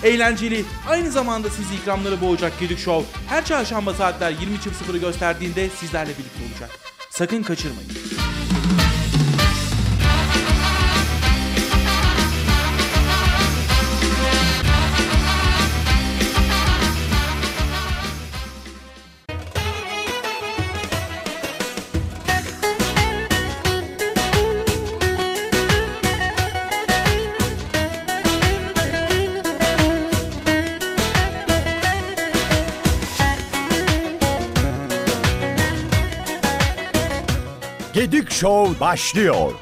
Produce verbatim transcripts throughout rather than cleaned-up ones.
Eğlenceli, aynı zamanda sizi ikramları boğacak Gedik Show her çarşamba saatler yirmi sıfırı gösterdiğinde sizlerle birlikte olacak. Sakın kaçırmayın. Gedik Show başlıyor.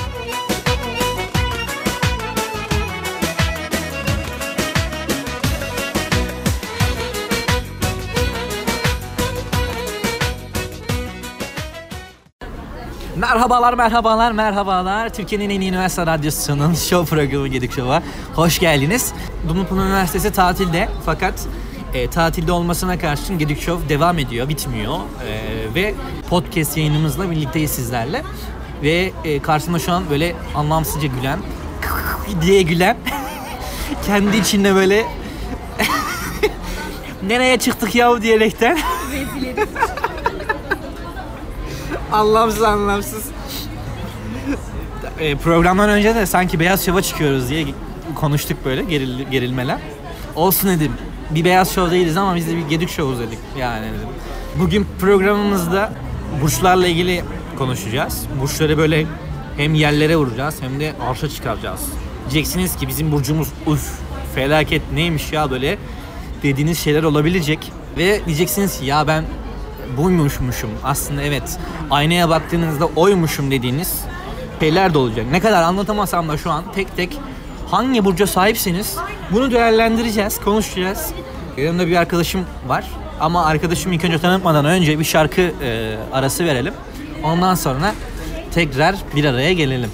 Merhabalar, merhabalar, merhabalar. Türkiye'nin en iyi üniversite radyosunun show programı Gedik Show'a hoş geldiniz. Dumlupınar Üniversitesi tatilde fakat e, tatilde olmasına karşın Gedik Show devam ediyor, bitmiyor. E, ve podcast yayınımızla birlikteyiz sizlerle. Ve e, karşımda şu an böyle anlamsızca gülen, diye gülen, kendi içinde böyle nereye çıktık yahu diyerekten. Rezil edici. Anlamsız anlamsız. E, programdan önce de sanki Beyaz Şov'a çıkıyoruz diye konuştuk böyle geril, gerilmeler. Olsun dedim. Bir Beyaz Şov değiliz ama biz de bir Gedik Şov'uz dedik yani dedim. Bugün programımızda burçlarla ilgili konuşacağız. Burçları böyle hem yerlere vuracağız hem de arşa çıkaracağız. Diyeceksiniz ki bizim burcumuz uf felaket neymiş ya böyle dediğiniz şeyler olabilecek. Ve diyeceksiniz ki ya ben buymuşmuşum. Aslında evet aynaya baktığınızda oymuşum dediğiniz şeyler de olacak. Ne kadar anlatamasam da şu an tek tek hangi burca sahipseniz bunu değerlendireceğiz, konuşacağız. Yanımda bir arkadaşım var ama arkadaşımı ilk önce tanıtmadan önce bir şarkı e, arası verelim. Ondan sonra tekrar bir araya gelelim.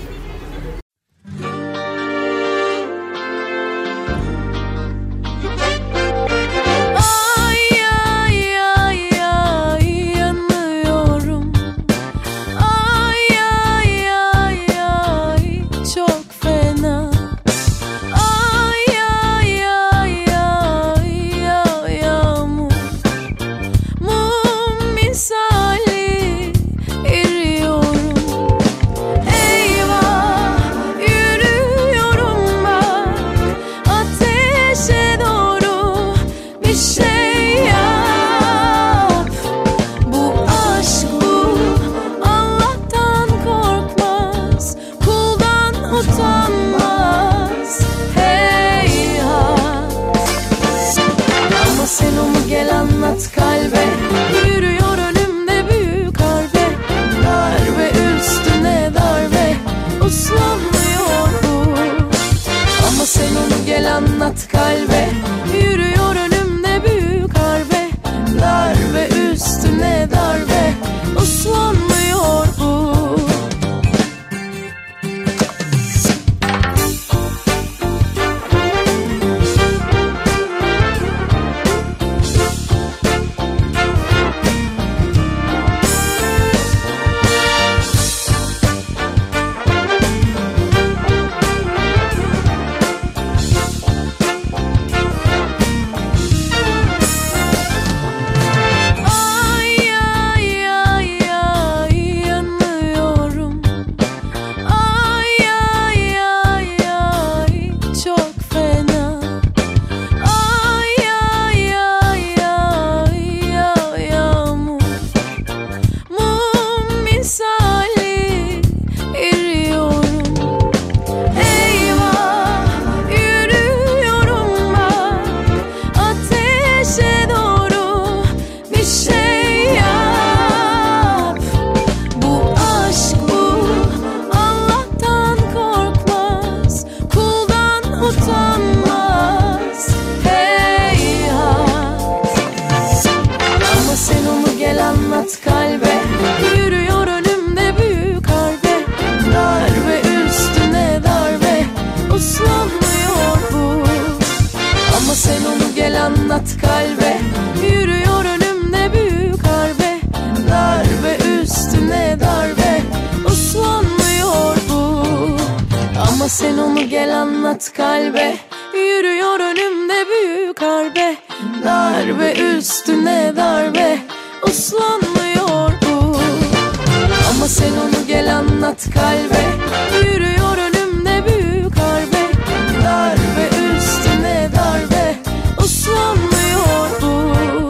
Anlat kalbe, yürüyor önümde büyük harbe, darbe üstüne darbe, uslanmıyor bu. Anlat kalbe, yürüyor önümde büyük harbe, darbe üstüne darbe, uslanmıyor bu. Ama sen onu gel anlat kalbe, yürüyor önümde önümde büyük harbe, darbe üstüne darbe, uslanmıyor bu. Ama sen onu gel anlat kalbe, yürüyor önümde büyük harbe, darbe üstüne darbe, uslanmıyor bu.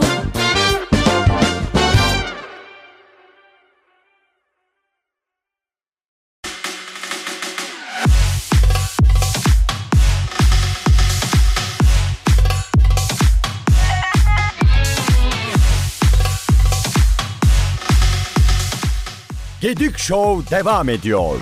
Gedik Show devam ediyor.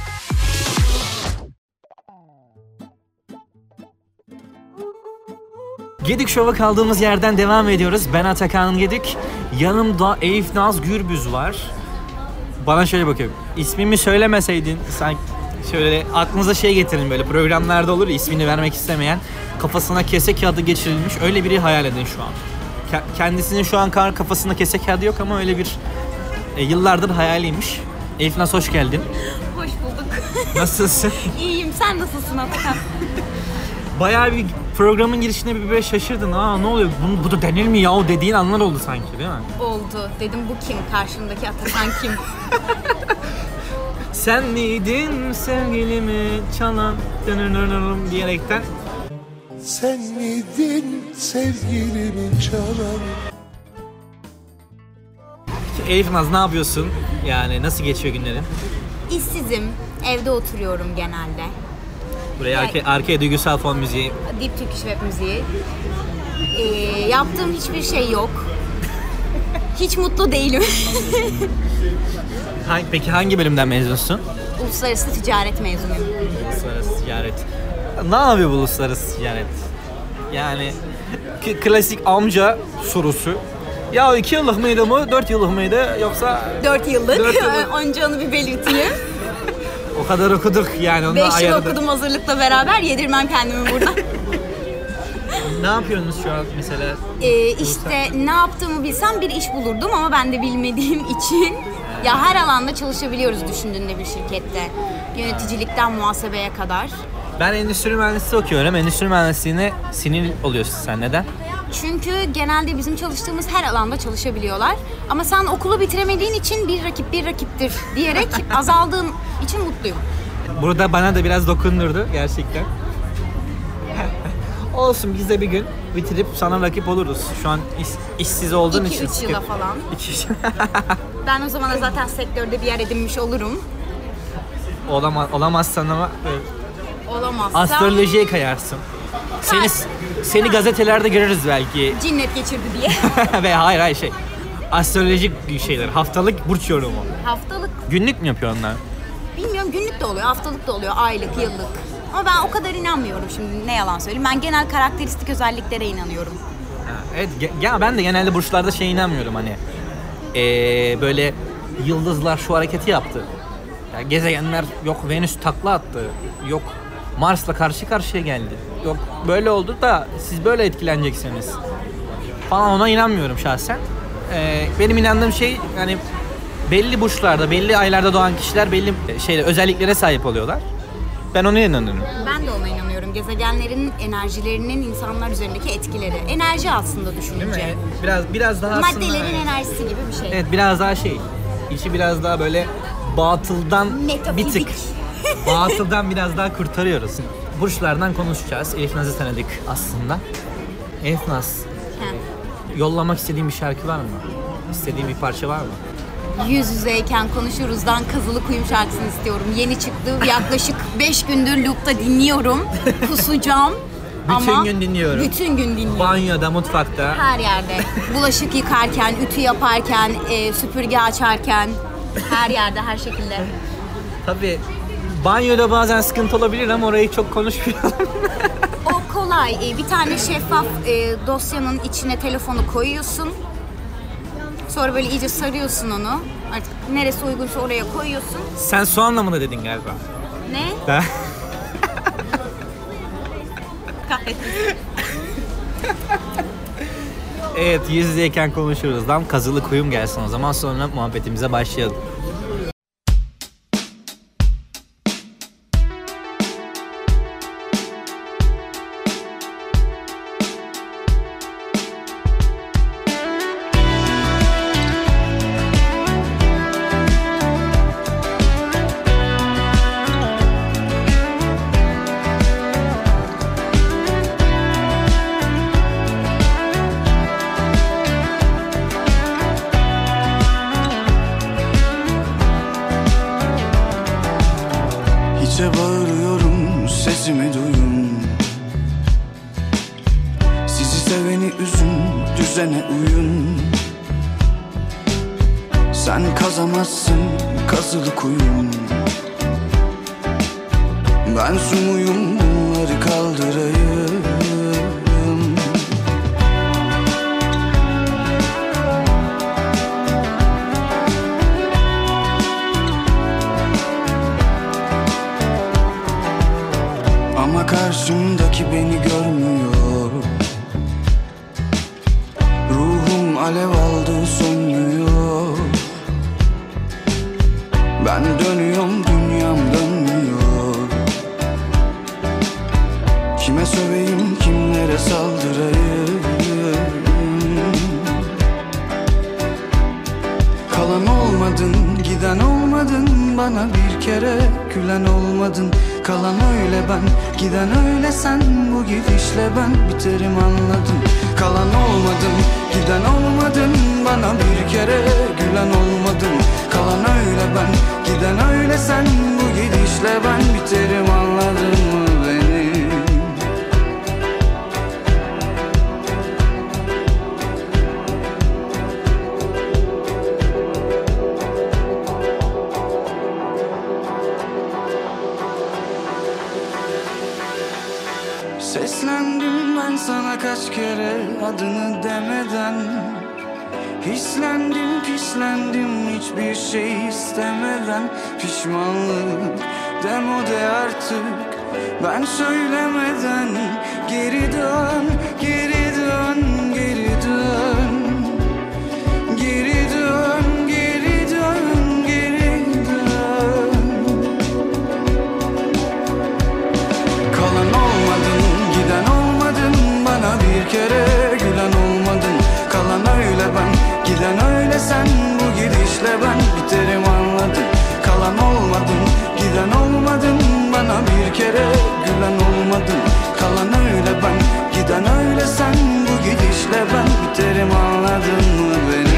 Gedik Show'a kaldığımız yerden devam ediyoruz. Ben Atakan Gedik. Yanımda Elif Naz Gürbüz var. Bana şöyle bakıyor. İsmimi söylemeseydin sanki şöyle aklınıza şey getirin, böyle programlarda olur ya, ismini vermek istemeyen, kafasına kese kağıdı geçirilmiş öyle biri hayal edin şu an. Kendisinin şu an kafasında kese kağıdı yok ama öyle bir e, yıllardır hayaliymiş. Elif Naz, hoş geldin. Hoş bulduk. Nasılsın? İyiyim. Sen nasılsın Atakan? Bayağı bir programın girişine bir böyle şaşırdın. Aa, ne oluyor? Bu, bu da denir mi ya o dediğin anlar oldu sanki, değil mi? Oldu. Dedim bu kim? Karşımdaki Atakan kim? Sen miydin sevgilimi çalan dönürürüm diyerekten. Sen miydin sevgilimi çalan? Elif Naz, ne yapıyorsun? Yani nasıl geçiyor günlerin? İşsizim. Evde oturuyorum genelde. Buraya arka, arkaya duygusal fon müziği. Deep Turkish Web müziği. Ee, yaptığım hiçbir şey yok. Hiç mutlu değilim. Hangi, peki hangi bölümden mezunsun? Uluslararası ticaret mezunuyum. Uluslararası ticaret. Ne yapıyor bu uluslararası ticaret? Yani k- klasik amca sorusu. Ya iki yıllık mıydı mı, dört yıllık mıydı yoksa... Dört yıllık. Dört yıllık. Önce onu bir belirteyim. O kadar okuduk yani, onu Beş yıl ayarladık. okudum hazırlıkla beraber. Yedirmem kendimi burada. Ne yapıyorsunuz şu an mesela? Ee, işte ne yaptığımı bilsem bir iş bulurdum ama ben de bilmediğim için ya her alanda çalışabiliyoruz düşündüğünde bir şirkette. Yöneticilikten muhasebeye kadar. Ben endüstri mühendisliği okuyorum. Endüstri mühendisliğine sinir oluyorsun sen. Neden? Çünkü genelde bizim çalıştığımız her alanda çalışabiliyorlar. Ama sen okulu bitiremediğin için bir rakip bir rakiptir diyerek azaldığın için mutluyum. Burada bana da biraz dokundurdu gerçekten. Olsun, biz de bir gün bitirip sana rakip oluruz. Şu an iş, işsiz olduğun iki için. üç yıla falan. İki Ben o zamana zaten sektörde bir yer edinmiş olurum. Olamaz, olamazsan ama Olamazsam astrolojiye kayarsın. Seni seni gazetelerde görürüz belki. cinnet geçirdi diye. Ve hayır hayır şey. Astrolojik şeyler, haftalık burç yorumu. Haftalık Günlük mü yapıyor onlar? bilmiyorum, günlük de oluyor, haftalık da oluyor, aylık, yıllık. Ama ben o kadar inanmıyorum şimdi, ne yalan söyleyeyim. Ben genel karakteristik özelliklere inanıyorum. Ha, evet, ge- ya ben de genelde burçlarda şey inanmıyorum, hani ee, böyle yıldızlar şu hareketi yaptı. Ya gezegenler yok Venüs takla attı. Yok Mars'la karşı karşıya geldi. Yok böyle oldu da siz böyle etkileneceksiniz. Falan, ona inanmıyorum şahsen. Ee, benim inandığım şey, yani belli burçlarda, belli aylarda doğan kişiler belli şeyler, özelliklere sahip oluyorlar. Ben ona inanıyorum. Ben de ona inanıyorum. Gezegenlerin enerjilerinin insanlar üzerindeki etkileri. Enerji aslında Değil mi? düşününce. Biraz biraz daha aslında, Maddelerin evet. enerjisi gibi bir şey. Evet, biraz daha şey. İçi biraz daha böyle batıldan bir Metafizik. tık. Batıldan biraz daha kurtarıyoruz. Burçlardan konuşacağız. Elif Naz'ı tanıdık aslında. Elif Naz, Heh. yollamak istediğin bir şarkı var mı? İstediğin bir parça var mı? Yüz yüzeyken konuşuruzdan Kazılı Kuyum şarkısını istiyorum. Yeni çıktı. Yaklaşık beş gündür loop'ta dinliyorum. Kusacağım. Bütün ama gün dinliyorum. Bütün gün dinliyorum. Banyoda, mutfakta. Her yerde. Bulaşık yıkarken, ütü yaparken, e, süpürge açarken, her yerde, her şekilde. Tabii banyoda bazen sıkıntı olabilir ama orayı çok konuşmayalım. O kolay. E, bir tane şeffaf e, dosyanın içine telefonu koyuyorsun. Sonra böyle iyice sarıyorsun onu. Artık neresi uygunsa oraya koyuyorsun. Sen soğanla mı dedin galiba? Ne? Ben... Kahretsin. Evet, yüz yüzeyken konuşuruz. Lan Kazılı Kuyum gelsin o zaman, sonra muhabbetimize başlayalım. düzene uyun. Sen kazamazsın kazılı kuyun. Ben su muyum bunları kaldırayım. Ama karşımdaki beni görmüyor. Ruhum alev aldı sönmüyor. Ben dönüyorum dünyam dönmüyor. Kime söveyim kimlere saldırayım. Kalan olmadın giden olmadın. Bana bir kere gülen olmadın. Kalan öyle ben, giden öyle sen. Bu gidişle ben biterim anladın. Kalan olmadın, giden olmadın. Bana bir kere gülen olmadın. Kalan öyle ben, giden öyle sen. Bu gidişle ben biterim anladın mı beni? Seslendim ben sana kaç kere adını demeden. Hislendim pislendim hiçbir şey istemeden. Pişmanlık demode artık ben söylemeden. Geri dön, geri dön, geri dön. Geri dön, geri dön, geri dön. Kalan olmadın, giden olmadın. Bana bir kere gülen olmadın. Kalan öyle ben, giden öyle sen. Bu gidişle ben biterim anladın. Kalan olmadın, giden olmadın. Bana bir kere gülen olmadın. Kalan öyle ben, giden öyle sen. Bu gidişle ben biterim anladın mı beni?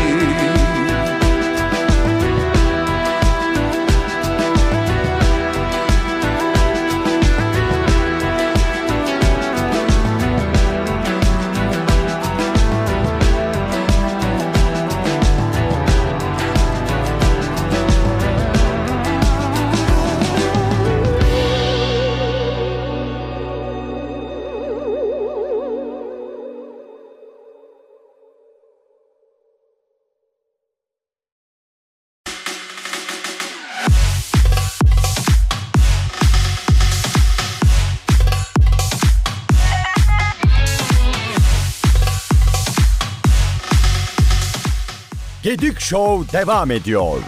Gedik Show devam ediyor.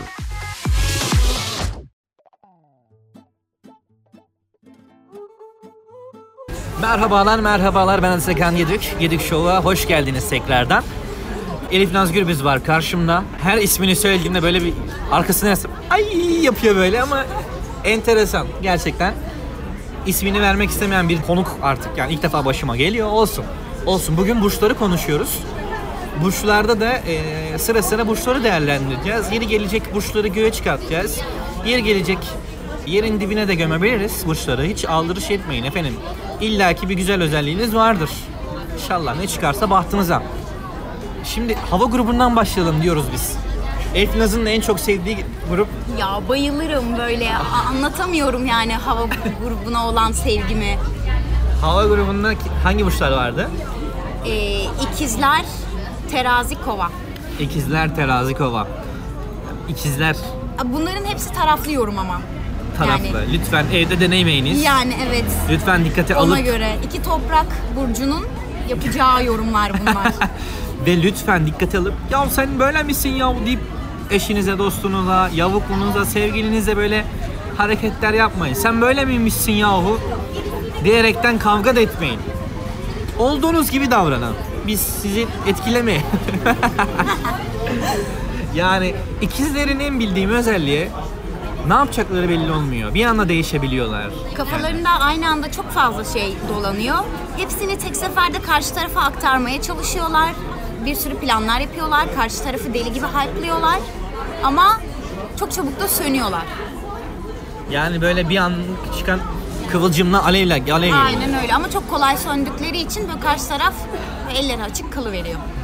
Merhabalar merhabalar, ben Atakan Gedik. Gedik Show'a hoş geldiniz tekrardan. Elif Naz Gürbüz var karşımda. Her ismini söylediğimde böyle bir arkasına yasıp ay yapıyor böyle ama enteresan gerçekten. İsmini vermek istemeyen bir konuk artık, yani ilk defa başıma geliyor. Olsun. Olsun. Bugün burçları konuşuyoruz. Burçlarda da e, sıra sıra burçları değerlendireceğiz. Yeri gelecek burçları göğe çıkartacağız. Yeri gelecek yerin dibine de gömebiliriz burçları. Hiç aldırış etmeyin efendim. İlla ki bir güzel özelliğiniz vardır. İnşallah ne çıkarsa bahtınıza. Şimdi hava grubundan başlayalım diyoruz biz. Elif Naz'ın en çok sevdiği grup. Ya bayılırım böyle. A- anlatamıyorum yani hava grubuna olan sevgimi. Hava grubunda hangi burçlar vardı? Ee, ikizler, terazi, kova. İkizler, terazi, kova. İkizler Bunların hepsi taraflıyorum ama. taraflı. Yani, Lütfen evde denemeyiniz. yani evet. Lütfen dikkate Ona alıp göre iki toprak burcunun yapacağı yorumlar bunlar. ve lütfen dikkate alıp ya sen böyle misin ya deyip eşinize, dostunuza, yavuklunuza, sevgilinize böyle hareketler yapmayın. Sen böyle miymişsin yahu diyerekten kavga da etmeyin. Olduğunuz gibi davranın. Biz sizi etkilemeyin. Yani ikizlerin en bildiğim özelliği ne yapacakları belli olmuyor. Bir anda değişebiliyorlar. Kafalarında aynı anda çok fazla şey dolanıyor. Hepsini tek seferde karşı tarafa aktarmaya çalışıyorlar. Bir sürü planlar yapıyorlar. Karşı tarafı deli gibi hype'lıyorlar. Ama çok çabuk da sönüyorlar. Yani böyle bir an çıkan kıvılcımla alevle alev geliyor. Aynen öyle ama çok kolay söndükleri için böyle karşı taraf elleri açık kalıveriyor.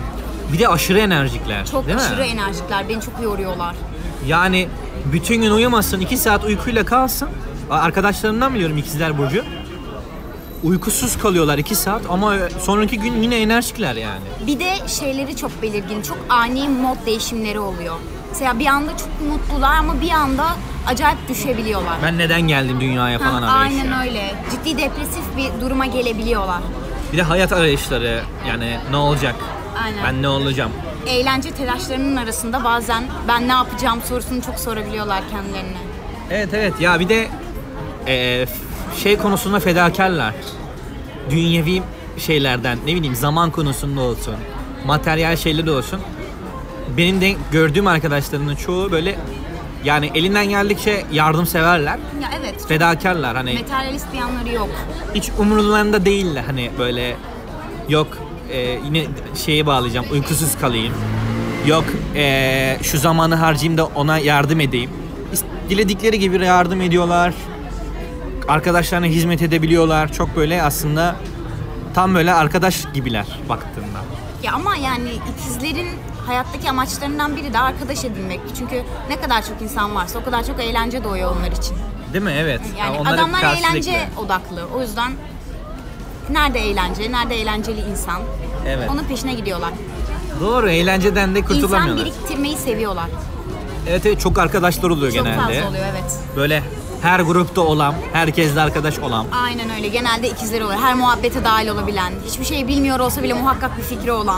Bir de aşırı enerjikler. Çok değil aşırı mi? enerjikler. Beni çok yoruyorlar. Yani bütün gün uyumasın, iki saat uykuyla kalsın. Arkadaşlarımdan biliyorum ikizler burcu. Uykusuz kalıyorlar iki saat ama sonraki gün yine enerjikler yani. Bir de şeyleri çok belirgin. Çok ani mod değişimleri oluyor. Mesela bir anda çok mutlular ama bir anda acayip düşebiliyorlar. Ben neden geldim dünyaya falan Ha, arayışı. aynen öyle. Ciddi depresif bir duruma gelebiliyorlar. Bir de hayat arayışları, yani ne olacak? Aynen. Ben ne olacağım? Eğlence telaşlarının arasında bazen ben ne yapacağım sorusunu çok sorabiliyorlar kendilerine. Evet evet ya bir de e, şey konusunda fedakarlar. Dünyevi şeylerden, ne bileyim zaman konusunda olsun, materyal şeyleri olsun. Benim de gördüğüm arkadaşlarımın çoğu böyle yani elinden geldikçe yardımseverler. Ya evet. Fedakarlar hani. Materyalist bir yanları yok. Hiç umurlarında değiller hani böyle yok e, yine şeye bağlayacağım uykusuz kalayım. Yok e, şu zamanı harcayayım da ona yardım edeyim. Diledikleri gibi yardım ediyorlar. Arkadaşlarına hizmet edebiliyorlar. Çok böyle aslında tam böyle arkadaş gibiler baktığında. Ya ama yani ikizlerin hayattaki amaçlarından biri de arkadaş edinmek. Çünkü ne kadar çok insan varsa o kadar çok eğlence doğuyor onlar için. Değil mi? Evet. Yani Onların adamlar karşılıklı. eğlence odaklı. O yüzden nerede eğlence, nerede eğlenceli insan, Evet. onun peşine gidiyorlar. Doğru. Eğlenceden de İnsan kurtulamıyorlar. biriktirmeyi seviyorlar. Evet evet çok arkadaşlar oluyor Çok genelde. fazla oluyor evet. Böyle her grupta olan, herkesle arkadaş olan. Aynen öyle. Genelde ikizler oluyor. Her muhabbete dahil olabilen, hiçbir şey bilmiyor olsa bile muhakkak bir fikri olan.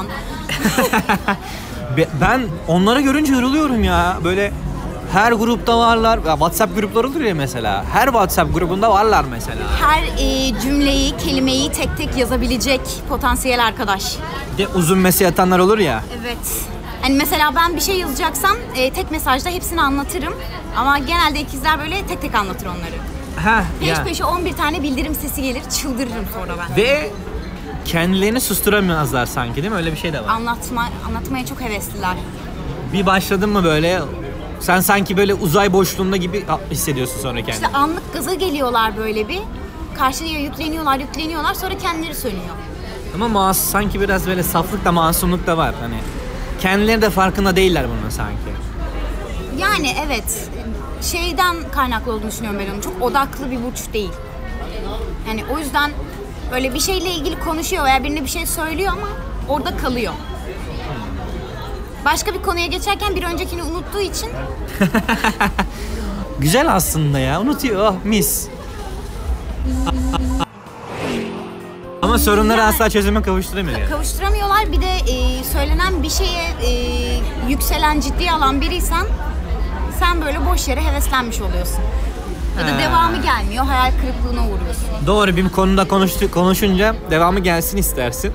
Be- Ben onları görünce yoruluyorum ya. Böyle her grupta varlar. Ya WhatsApp grupları olur ya mesela. Her WhatsApp grubunda varlar mesela. Her e, cümleyi, kelimeyi tek tek yazabilecek potansiyel arkadaş. Bir de uzun mesaj atanlar olur ya. Evet. Hani mesela ben bir şey yazacaksam e, tek mesajda hepsini anlatırım. Ama genelde ikizler böyle tek tek anlatır onları. Ha Peş ya. peşe on bir tane bildirim sesi gelir, çıldırırım sonra ben. Ve kendilerini susturamazlar sanki değil mi? Öyle bir şey de var. Anlatma, anlatmaya çok hevesliler. Bir başladın mı böyle sen sanki böyle uzay boşluğunda gibi hissediyorsun sonra kendini. İşte anlık gaza geliyorlar böyle bir. Karşıya yükleniyorlar, yükleniyorlar sonra kendileri sönüyor. Ama mas sanki biraz böyle saflık da masumluk da var. Hani kendileri de farkında değiller bunun sanki. Yani evet, şeyden kaynaklı olduğunu düşünüyorum ben onun. Çok odaklı bir burç değil. Yani o yüzden böyle bir şeyle ilgili konuşuyor veya birine bir şey söylüyor ama orada kalıyor. Başka bir konuya geçerken bir öncekini unuttuğu için Güzel aslında ya. Unutuyor. Oh, mis. Ama sorunları Yani- asla çözüme kavuşturamıyor yani. kavuşturamıyorlar. Bir de e, söylenen bir şeye e, yükselen, ciddiye alan biriysen sen böyle boş yere heveslenmiş oluyorsun. Ya da Ha. devamı gelmiyor, hayal kırıklığına uğruyorsun. Doğru, bir konuda konuştu, konuşunca devamı gelsin istersin.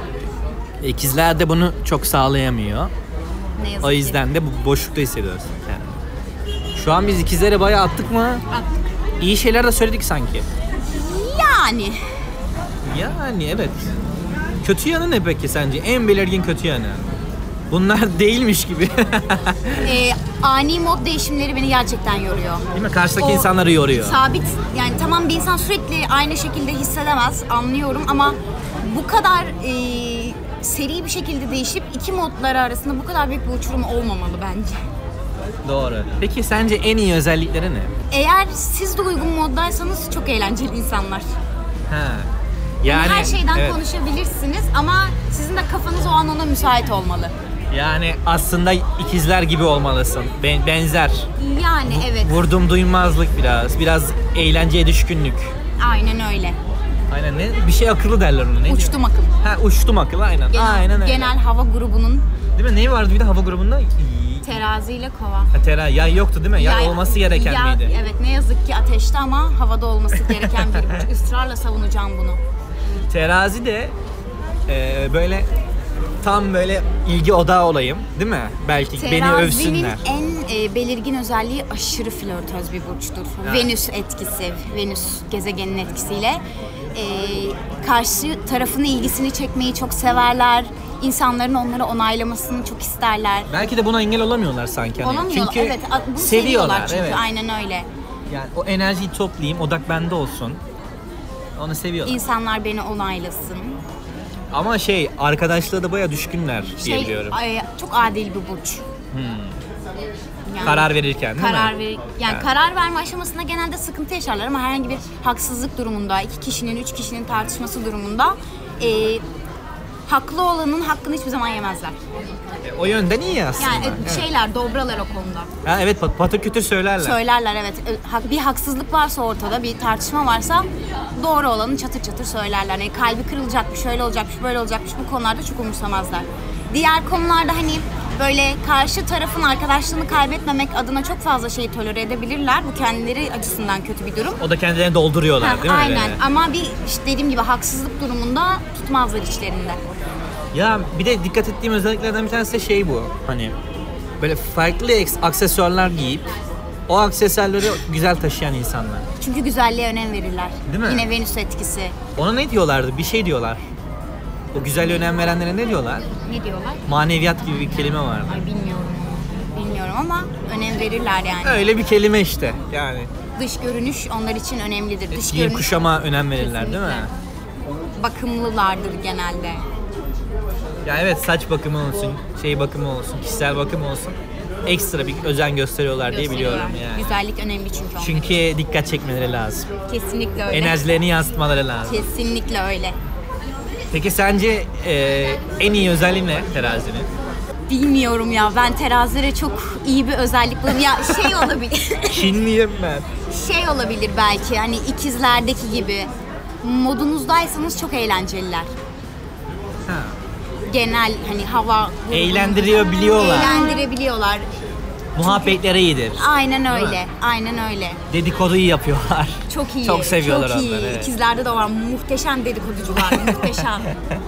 İkizler de bunu çok sağlayamıyor. Ne yazık O ki. yüzden de bu boşlukta hissediyorsun kendini. Şu an biz ikizlere bayağı attık mı? Attık. İyi şeyler de söyledik sanki. Yani Yani evet. Kötü yanı ne peki sence? En belirgin kötü yanı. Bunlar değilmiş gibi. e, ani mod değişimleri beni gerçekten yoruyor. Değil mi? Karşıdaki O insanları yoruyor. Sabit, yani tamam bir insan sürekli aynı şekilde hissedemez, anlıyorum ama bu kadar e, seri bir şekilde değişip iki modları arasında bu kadar büyük bir uçurum olmamalı bence. Doğru. Peki sence en iyi özellikleri ne? Eğer siz de uygun moddaysanız çok eğlenceli insanlar. Ha. Yani, her şeyden evet. konuşabilirsiniz ama sizin de kafanız o an ona müsait olmalı. Yani aslında ikizler gibi olmalısın. Ben, benzer. Yani evet, Vurdum duymazlık biraz. Biraz eğlenceye düşkünlük. aynen öyle. Aynen ne? Bir şey akıllı derler ona. Ne Uçtum akıl. diyor? Ha uçtum akıl aynen. Genel, aynen öyle. genel hava grubunun Değil mi? Ne vardı bir de hava grubunda? teraziyle kova. Ha, tera, yay yoktu değil mi? Yay, Yay- olması gereken ya- miydi? Evet, ne yazık ki ateşte ama havada olması gereken bir burç. Israrla savunacağım bunu. Terazi de e, böyle tam böyle ilgi odağı olayım değil mi? Belki beni Terazinin övsünler. en e, belirgin özelliği aşırı flörtöz bir burçtur. Ha. Venüs etkisi, Venüs gezegenin etkisiyle. E, karşı tarafın ilgisini çekmeyi çok severler. İnsanların onları onaylamasını çok isterler. Belki de buna engel olamıyorlar sanki. Hani. Olamıyorlar, Çünkü evet. Bunu seviyorlar çünkü, evet. aynen öyle. Yani o enerjiyi toplayayım, odak bende olsun. Onu seviyorlar. İnsanlar beni onaylasın. Ama şey arkadaşlığa da bayağı düşkünler diye Şey, biliyorum. ay, çok adil bir burç. Yani Karar verirken değil karar mi? ver, yani Ha. karar verme aşamasında genelde sıkıntı yaşarlar ama herhangi bir haksızlık durumunda, iki kişinin, üç kişinin tartışması durumunda e, haklı olanın hakkını hiçbir zaman yemezler. E, o yönden iyi aslında. Yani e, Evet. şeyler, dobralar o konuda. Ha, evet pat- patır kütür söylerler. Söylerler evet. E, hak- Bir haksızlık varsa ortada, bir tartışma varsa doğru olanı çatır çatır söylerler. Yani kalbi kırılacakmış, şöyle olacakmış, böyle olacakmış, bu konularda çok umursamazlar. Diğer konularda hani böyle karşı tarafın arkadaşlığını kaybetmemek adına çok fazla şeyi tolere edebilirler. Bu kendileri açısından kötü bir durum. O da kendilerini dolduruyorlar Ha, değil mi? aynen Öyle? ama bir işte dediğim gibi haksızlık durumunda tutmazlar içlerinde. Ya bir de dikkat ettiğim özelliklerden bir tanesi de şey bu. Hani böyle farklı eks- aksesuarlar giyip o aksesuarları güzel taşıyan insanlar. Çünkü güzelliğe önem verirler. Değil mi? Yine Venüs etkisi. Ona ne diyorlardı? Bir şey diyorlar. O güzelliğe önem verenlere ne diyorlar? Ne diyorlar? Maneviyat gibi bir kelime vardı. Ay bilmiyorum onu. Bilmiyorum ama önem verirler yani. Öyle bir kelime işte yani. Dış görünüş onlar için önemlidir. Dış Giyim görünüş kuşama önem verirler değil mi? bakımlılardır genelde. Ya evet saç bakımı olsun, şey bakımı olsun, kişisel bakım olsun. Ekstra bir özen gösteriyorlar diye biliyorum Gösteriyorlar. yani. Güzellik önemli çünkü onlar. Çünkü dikkat çekmeleri lazım. Kesinlikle öyle. Enerjilerini yansıtmaları lazım. Kesinlikle öyle. Peki sence e, en iyi özelliği ne terazinin? Bilmiyorum ya ben terazilere çok iyi bir özellik buluyorum. Ya şey olabilir. Çinliyim ben. şey olabilir belki hani ikizlerdeki gibi. Modunuzdaysanız çok eğlenceliler. Ha. Genel hani hava Eğlendiriyor biliyorlar. Eğlendirebiliyorlar. Muhabbetleri iyidir. Aynen Değil öyle. mi? Aynen öyle. Dedikoduyu yapıyorlar. Çok iyi. Çok seviyorlar çok iyi. onları. Evet. İkizlerde de var muhteşem dedikoducular. muhteşem.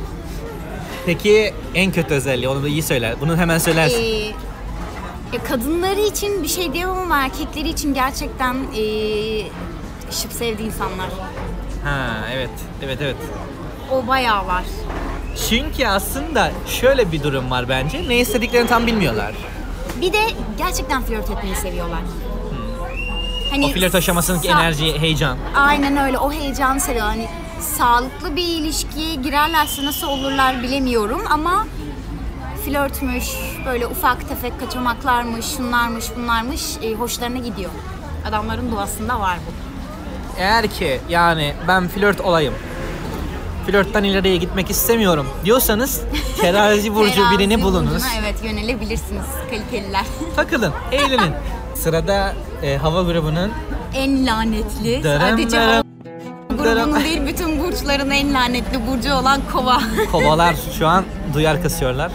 Peki en kötü özelliği onu da iyi söyler. Bunu hemen söylersin. Ee, ya kadınları için bir şey diyemem ama erkekleri için gerçekten ee, şıp sevdiği insanlar. Ha evet. Evet evet. O bayağı var. Çünkü aslında şöyle bir durum var bence. Ne istediklerini tam bilmiyorlar. Bir de gerçekten flört etmeyi seviyorlar. Hani O flört aşamasındaki sa- enerji, heyecan. Aynen öyle. O heyecanı seviyorlar. Hani sağlıklı bir ilişkiye girerlerse nasıl olurlar bilemiyorum ama flörtmüş, böyle ufak tefek kaçamaklarmış, şunlarmış, bunlarmış e, hoşlarına gidiyor. Adamların doğasında var bu. Eğer ki yani ben flört olayım, flörtten ileriye gitmek istemiyorum diyorsanız terazi burcu Terazi birini bulunuz. burcuna, evet yönelebilirsiniz kaliteliler. Takılın, eğlenin. Sırada e, hava grubunun En lanetli, Darım sadece darım, hava darım. grubunun değil bütün burçların en lanetli burcu olan Kova. kovalar şu an duyar kasıyorlar.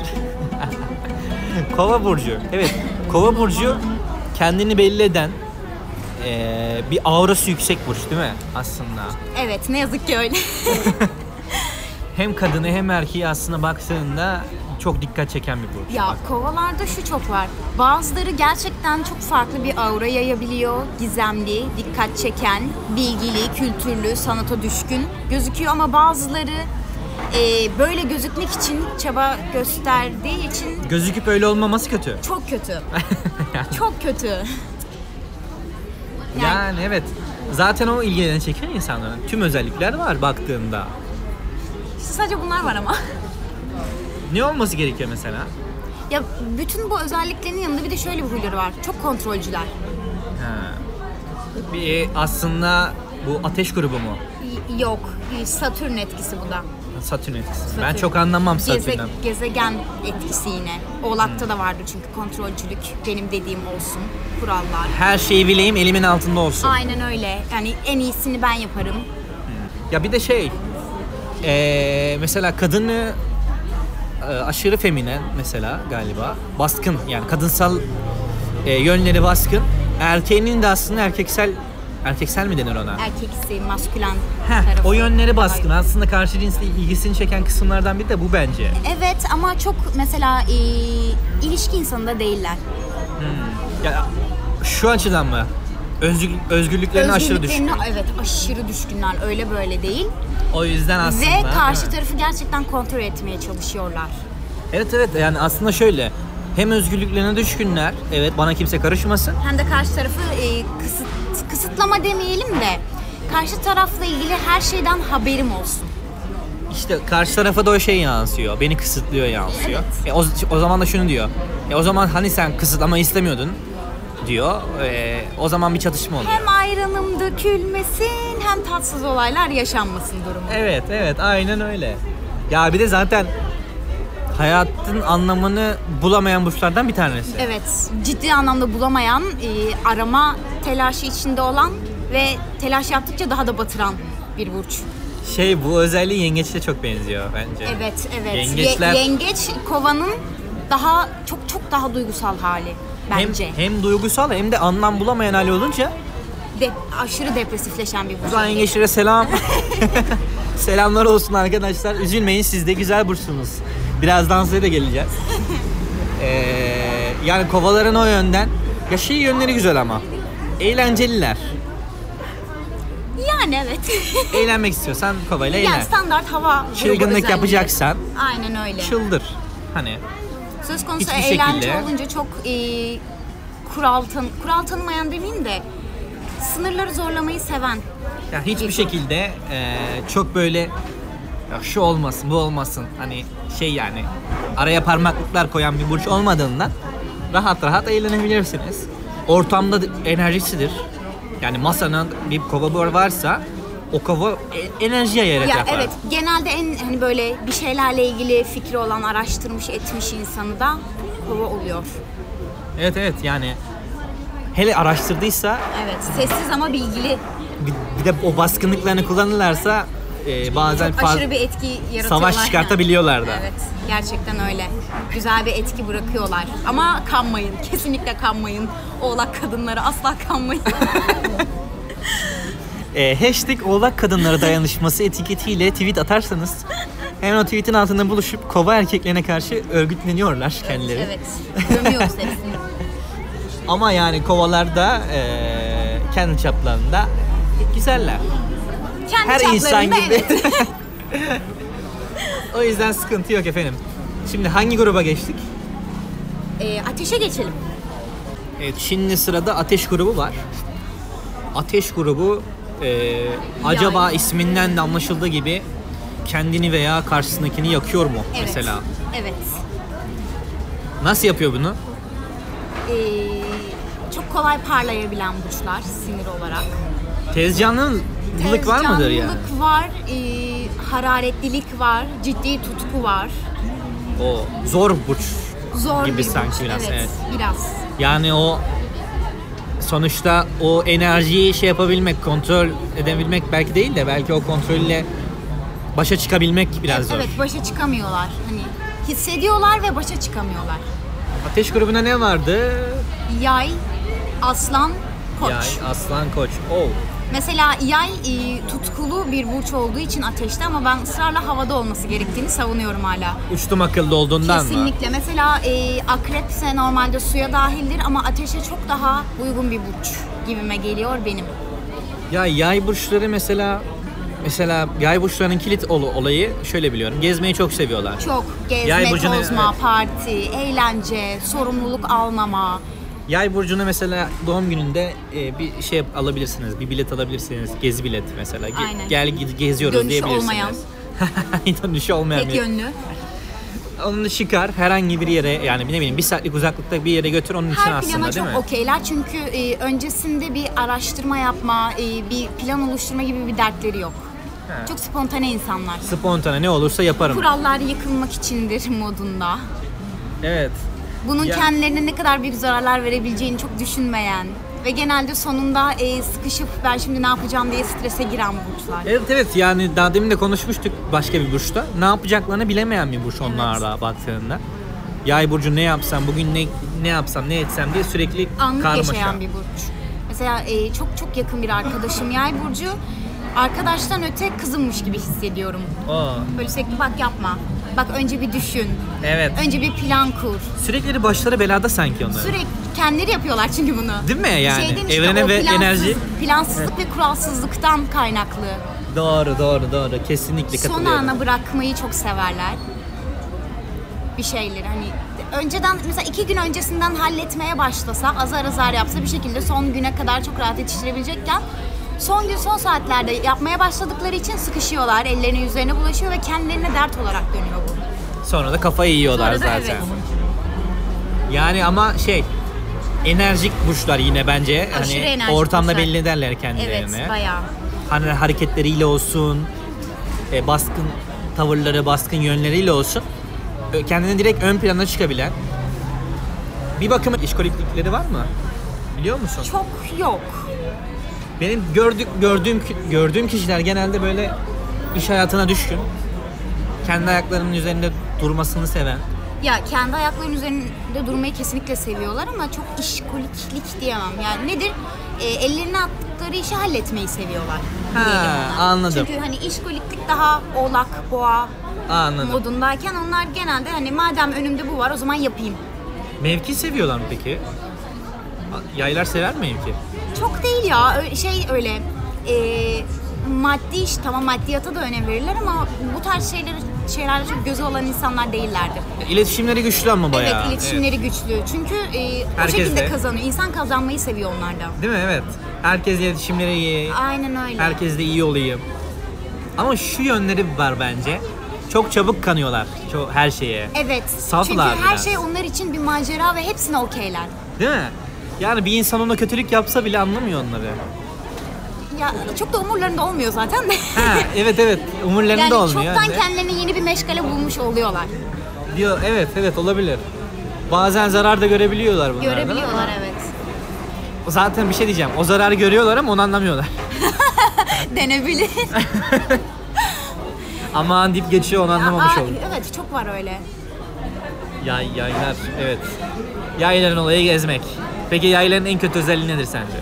Kova burcu. Evet, Kova burcu kendini belli eden e, bir aurası yüksek burç değil mi aslında? Evet ne yazık ki öyle. Hem kadını hem erkeği aslında baktığında çok dikkat çeken bir burç. Ya Bak. kovalarda şu çok var. Bazıları gerçekten çok farklı bir aura yayabiliyor. Gizemli, dikkat çeken, bilgili, kültürlü, sanata düşkün gözüküyor ama bazıları e, böyle gözükmek için çaba gösterdiği için Gözüküp öyle olmaması kötü. çok kötü. Çok kötü. Yani- Yani evet. Zaten o ilgilerini çeken insanların tüm özellikler var baktığında. Sadece bunlar var ama. Ne olması gerekiyor mesela? Ya bütün bu özelliklerin yanında bir de şöyle bir huyları var. Çok kontrolcüler. Ha. Bir aslında bu ateş grubu mu? Y- Yok. Satürn etkisi bu da. Satürn etkisi. Ben Satürn. çok anlamam Geze- Satürn'den. gezegen etkisi yine. Oğlak'ta da vardı çünkü kontrolcülük. Benim dediğim olsun. Kurallar. Her şeyi bileyim elimin altında olsun. Aynen öyle. Yani en iyisini ben yaparım. Ya bir de şey, eee, mesela kadını e, aşırı feminen mesela galiba. Baskın yani kadınsal e, yönleri baskın. Erkeğinin de aslında erkeksel, erkeksel mi denir ona? Erkeksi, maskülen Heh, tarafı. o yönleri baskın. Daha- Aslında karşı cinsle ilgisini çeken kısımlardan biri de bu bence. Evet ama çok mesela e, ilişki insanı da değiller. Ya şu açıdan mı? Özgür, özgürlüklerine aşırı düşkün. Özgürlüklerine evet aşırı düşkünler. Öyle böyle değil. O yüzden aslında. Ve karşı değil mi? tarafı gerçekten kontrol etmeye çalışıyorlar. Evet evet yani aslında şöyle. Hem özgürlüklerine düşkünler. Evet bana kimse karışmasın. Hem de karşı tarafı e, kısıt, kısıtlama demeyelim de karşı tarafla ilgili her şeyden haberim olsun. İşte karşı tarafa da o şey yansıyor. Beni kısıtlıyor yansıyor. Evet. E, o, o zaman da şunu diyor. E, o zaman hani sen kısıtlama istemiyordun diyor. E, o zaman bir çatışma oluyor. Hem ayranım dökülmesin hem tatsız olaylar yaşanmasın durumu. Evet evet aynen öyle. Ya bir de zaten hayatın anlamını bulamayan burçlardan bir tanesi. Evet, ciddi anlamda bulamayan, e, arama telaşı içinde olan ve telaş yaptıkça daha da batıran bir burç. Şey bu özelliği yengeçle çok benziyor bence. Evet, evet. Yengeçler Ye- yengeç kovanın daha çok çok daha duygusal hali bence. hem, hem duygusal hem de anlam bulamayan hali olunca De- aşırı depresifleşen bir burç. buradan yengeçlere selam. Selamlar olsun arkadaşlar. Üzülmeyin siz de güzel burçsunuz. Birazdan size de geleceğiz. Ee, yani kovaların o yönden. Ya şey yönleri güzel ama. Eğlenceliler. Yani evet. Eğlenmek istiyorsan kovayla eğlen. Yani standart hava grubu Çılgınlık özelliği. yapacaksan Aynen öyle. çıldır. Hani Söz konusu hiçbir eğlence şekilde- olunca çok e, kural tan kural tanımayan demeyeyim de sınırları zorlamayı seven. ya hiçbir şekilde e, çok böyle ya şu olmasın bu olmasın hani şey yani araya parmaklıklar koyan bir burç olmadığından rahat rahat eğlenebilirsiniz. Ortamda da enerjisidir. Yani masanın bir kova varsa o kova e- enerji yayarak Ya yapar. evet, genelde en hani böyle bir şeylerle ilgili fikri olan, araştırmış, etmiş insanı da kova oluyor. Evet evet yani hele araştırdıysa Evet, sessiz ama bilgili. bir, bir de o baskınlıklarını kullanırlarsa e, bazen Çok faz- aşırı bir etki yaratıyorlar. savaş çıkartabiliyorlar da. Evet, gerçekten öyle. Güzel bir etki bırakıyorlar. Ama kanmayın, kesinlikle kanmayın. Oğlak kadınları asla kanmayın. E, hashtag oğlak kadınları dayanışması etiketiyle tweet atarsanız hemen o tweetin altında buluşup kova erkeklerine karşı örgütleniyorlar kendileri. Evet, gömüyoruz hepsini. Ama yani kovalar da e, kendi çaplarında güzeller. Kendi Her insan çaplarında gibi. evet. O yüzden sıkıntı yok efendim. Şimdi hangi gruba geçtik? E, ateşe geçelim. Evet, şimdi sırada ateş grubu var. Ateş grubu e, acaba isminden de anlaşıldığı gibi kendini veya karşısındakini yakıyor mu Evet. mesela? Evet. Nasıl yapıyor bunu? Ee, çok kolay parlayabilen burçlar sinir olarak. Tezcanlılık var mıdır yani? Tezcanlılık var, e, hararetlilik var, ciddi tutku var. O zor burç Zor gibi bir sanki burç. biraz. Evet, Evet. biraz. Yani o sonuçta o enerjiyi şey yapabilmek, kontrol edebilmek belki değil de belki o kontrolle başa çıkabilmek biraz evet, zor. evet, başa çıkamıyorlar. Hani hissediyorlar ve başa çıkamıyorlar. Ateş grubuna ne vardı? Yay, aslan, koç. Yay, aslan, koç. Oh. Mesela yay e, tutkulu bir burç olduğu için ateşte ama ben ısrarla havada olması gerektiğini savunuyorum hala. Uçtum akıllı olduğundan mı? Kesinlikle. Mesela e, akrep ise normalde suya dahildir ama ateşe çok daha uygun bir burç gibime geliyor benim. Ya yay burçları mesela mesela yay burçlarının kilit ol- olayı şöyle biliyorum. Gezmeyi çok seviyorlar. Çok gezme, Yay burcunu- tozma, evet. parti, eğlence, sorumluluk almama. Yay burcunu mesela doğum gününde e, bir şey alabilirsiniz. Bir bilet alabilirsiniz. Gezi bileti mesela. Ge- Aynen. Gel gid- geziyoruz Dönüşü diyebilirsiniz. olmayan. Dönüşü olmayan Tek bir. yönlü. Onu çıkar herhangi bir yere yani ne bileyim bir saatlik uzaklıkta bir yere götür onun için Her aslında plana değil çok mi? okeyler çünkü e, öncesinde bir araştırma yapma, e, bir plan oluşturma gibi bir dertleri yok. He. Çok spontane insanlar. Spontane ne olursa yaparım. Kurallar yıkılmak içindir modunda. Evet. Bunun Ya- kendilerine ne kadar büyük zararlar verebileceğini çok düşünmeyen ve genelde sonunda e, sıkışıp ben şimdi ne yapacağım diye strese giren burçlar. Evet evet yani daha demin de konuşmuştuk başka bir burçta. Ne yapacaklarını bilemeyen bir burç onlarla baktığında. Yay burcu ne yapsam, bugün ne ne yapsam, ne etsem diye sürekli Anlık karmaşa. yaşayan bir burç. Mesela e, çok çok yakın bir arkadaşım Yay burcu. Arkadaştan öte kızımmış gibi hissediyorum. Oo, Böyle sürekli bak yapma. Bak önce bir düşün. evet. Önce bir plan kur. Sürekli başları belada sanki onların. Sürekli kendileri yapıyorlar çünkü bunu. Değil mi yani? Şeyden işte Evrene o ve plansız- enerji. Plansızlık ve kuralsızlıktan kaynaklı. Doğru doğru doğru. Kesinlikle Son katılıyorum. ana bırakmayı çok severler. Bir şeyleri hani önceden mesela iki gün öncesinden halletmeye başlasa azar azar yapsa bir şekilde son güne kadar çok rahat yetiştirebilecekken Son gün son saatlerde yapmaya başladıkları için sıkışıyorlar. Ellerinin üzerine bulaşıyor ve kendilerine dert olarak dönüyor bu. Sonra da kafayı yiyorlar Sonra da zaten. evet. Yani ama şey enerjik burçlar yine bence. Aşırı Hani enerjik ortamda burçlar. belli ederler kendilerini. Evet, bayağı. Hani hareketleriyle olsun, e, baskın tavırları, baskın yönleriyle olsun. ö- Kendini direkt ön plana çıkabilen. Bir bakıma işkoliklikleri var mı? Biliyor musun? Çok yok. Benim gördük gördüğüm gördüğüm kişiler genelde böyle iş hayatına düşkün. Kendi ayaklarının üzerinde durmasını seven. Ya kendi ayaklarının üzerinde durmayı kesinlikle seviyorlar ama çok işkoliklik diyemem. Yani nedir? E, ellerine attıkları işi halletmeyi seviyorlar. Ha, diyelim ona. anladım. Çünkü hani işkoliklik daha oğlak, boğa Anladım. modundayken onlar genelde hani madem önümde bu var o zaman yapayım. Mevki seviyorlar mı peki? Yaylar sever mi mevki? Çok değil ya öyle şey öyle e, maddi iş tamam maddiyata da önem verirler ama bu tarz şeyleri şeylerde çok gözü olan insanlar değillerdir. İletişimleri güçlü ama bayağı. Evet iletişimleri güçlü çünkü e, o Herkes şekilde de. kazanıyor. İnsan kazanmayı seviyor onlardan. Değil mi? Evet. Herkes iletişimleri iyi. Aynen öyle. Herkes de iyi olayım. Ama şu yönleri var bence. Çok çabuk kanıyorlar çok her şeye. Evet. Saflar çünkü her biraz. şey onlar için bir macera ve hepsine okeyler. Değil mi? Yani bir insan ona kötülük yapsa bile anlamıyor onları. Ya çok da umurlarında olmuyor zaten de. Ha, evet evet. Umurlarında yani olmuyor. çoktan Ne? kendilerine yeni bir meşgale bulmuş oluyorlar. Diyor, evet evet olabilir. Bazen zarar da görebiliyorlar bunlardan. Görebiliyorlar evet. Zaten bir şey diyeceğim. O zararı görüyorlar ama onu anlamıyorlar. Denebilir. Aman deyip geçiyor onu anlamamış Aa, olur. evet çok var öyle. Yay, yaylar evet. Yayların olayı gezmek. Peki yayların en kötü özelliği nedir sence?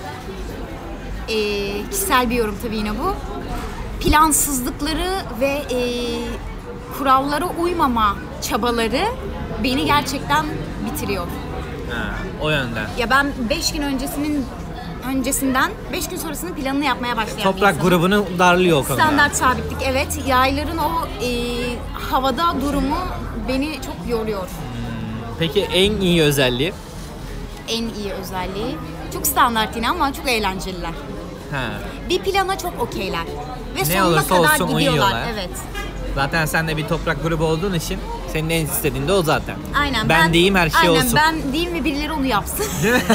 Ee, kişisel bir yorum tabii yine bu. Plansızlıkları ve e, kurallara uymama çabaları beni gerçekten bitiriyor. Ha, o yönden. Ya ben beş gün öncesinin öncesinden beş gün sonrasının planını yapmaya başlayan bir Toprak insanım. grubunu darlıyor o konuda. Standart sabitlik evet. Yayların o e, havada durumu beni çok yoruyor. Peki en iyi özelliği? En iyi özelliği çok standart yine ama çok eğlenceliler. Ha. Bir plana çok okeyler. Ve Ne sonuna olursa kadar olsun gidiyorlar. uyuyorlar. Evet. Zaten sen de bir toprak grubu olduğun için senin en istediğin de o zaten. Aynen. Ben, diyeyim her şey aynen, olsun. ben diyeyim ve birileri onu yapsın. Değil mi?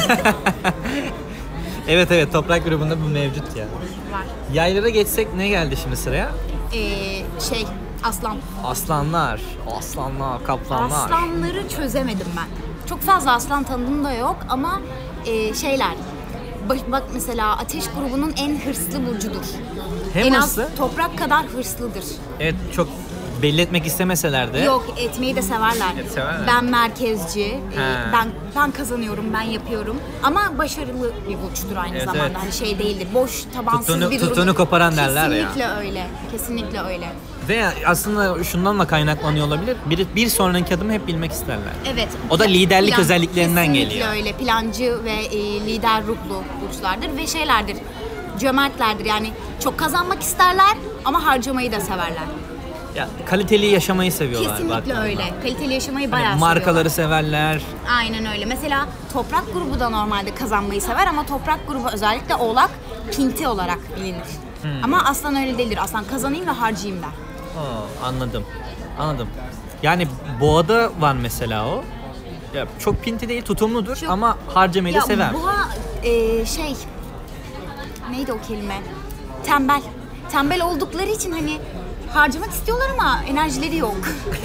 Evet evet toprak grubunda bu mevcut ya. Var. Yaylara geçsek ne geldi şimdi sıraya? Ee, şey aslan. Aslanlar, aslanlar, kaplanlar. Aslanları çözemedim ben. Çok fazla aslan tanıdığım da yok ama e, şeyler. Bak, bak mesela ateş grubunun en hırslı burcudur. Hem en hırslı. az toprak kadar hırslıdır. Evet çok belli etmek istemeseler de. Yok etmeyi de severler. Evet, severler. Ben merkezci, e, Ha. ben ben kazanıyorum, ben yapıyorum. Ama başarılı bir burçtur aynı Evet, zamanda. evet. Hani şey değildir, boş, tabansız Tuttuğunu- bir durum. tuttuğunu koparan derler ya. Kesinlikle öyle, kesinlikle öyle. Ve aslında şundan da kaynaklanıyor olabilir. Bir, bir sonraki adımı hep bilmek isterler. Evet. O da liderlik Plan- özelliklerinden kesinlikle geliyor. öyle. Plancı ve e, lider ruhlu burçlardır ve şeylerdir. Cömertlerdir. Yani çok kazanmak isterler ama harcamayı da severler. Ya, kaliteli yaşamayı seviyorlar. Kesinlikle baktığında. öyle. Kaliteli yaşamayı Hani bayağı markaları seviyorlar. severler. Aynen öyle. Mesela toprak grubu da normalde kazanmayı sever ama toprak grubu özellikle oğlak pinti olarak bilinir. Hmm. Ama aslan öyle değildir. Aslan kazanayım ve harcayayım der. Aa, anladım. Anladım. Yani boğada var mesela o. Ya, çok pinti değil, tutumludur Çok- ama harcamayı da Ya sever. boğa e, şey neydi o kelime? Tembel. Tembel oldukları için hani harcamak istiyorlar ama enerjileri yok.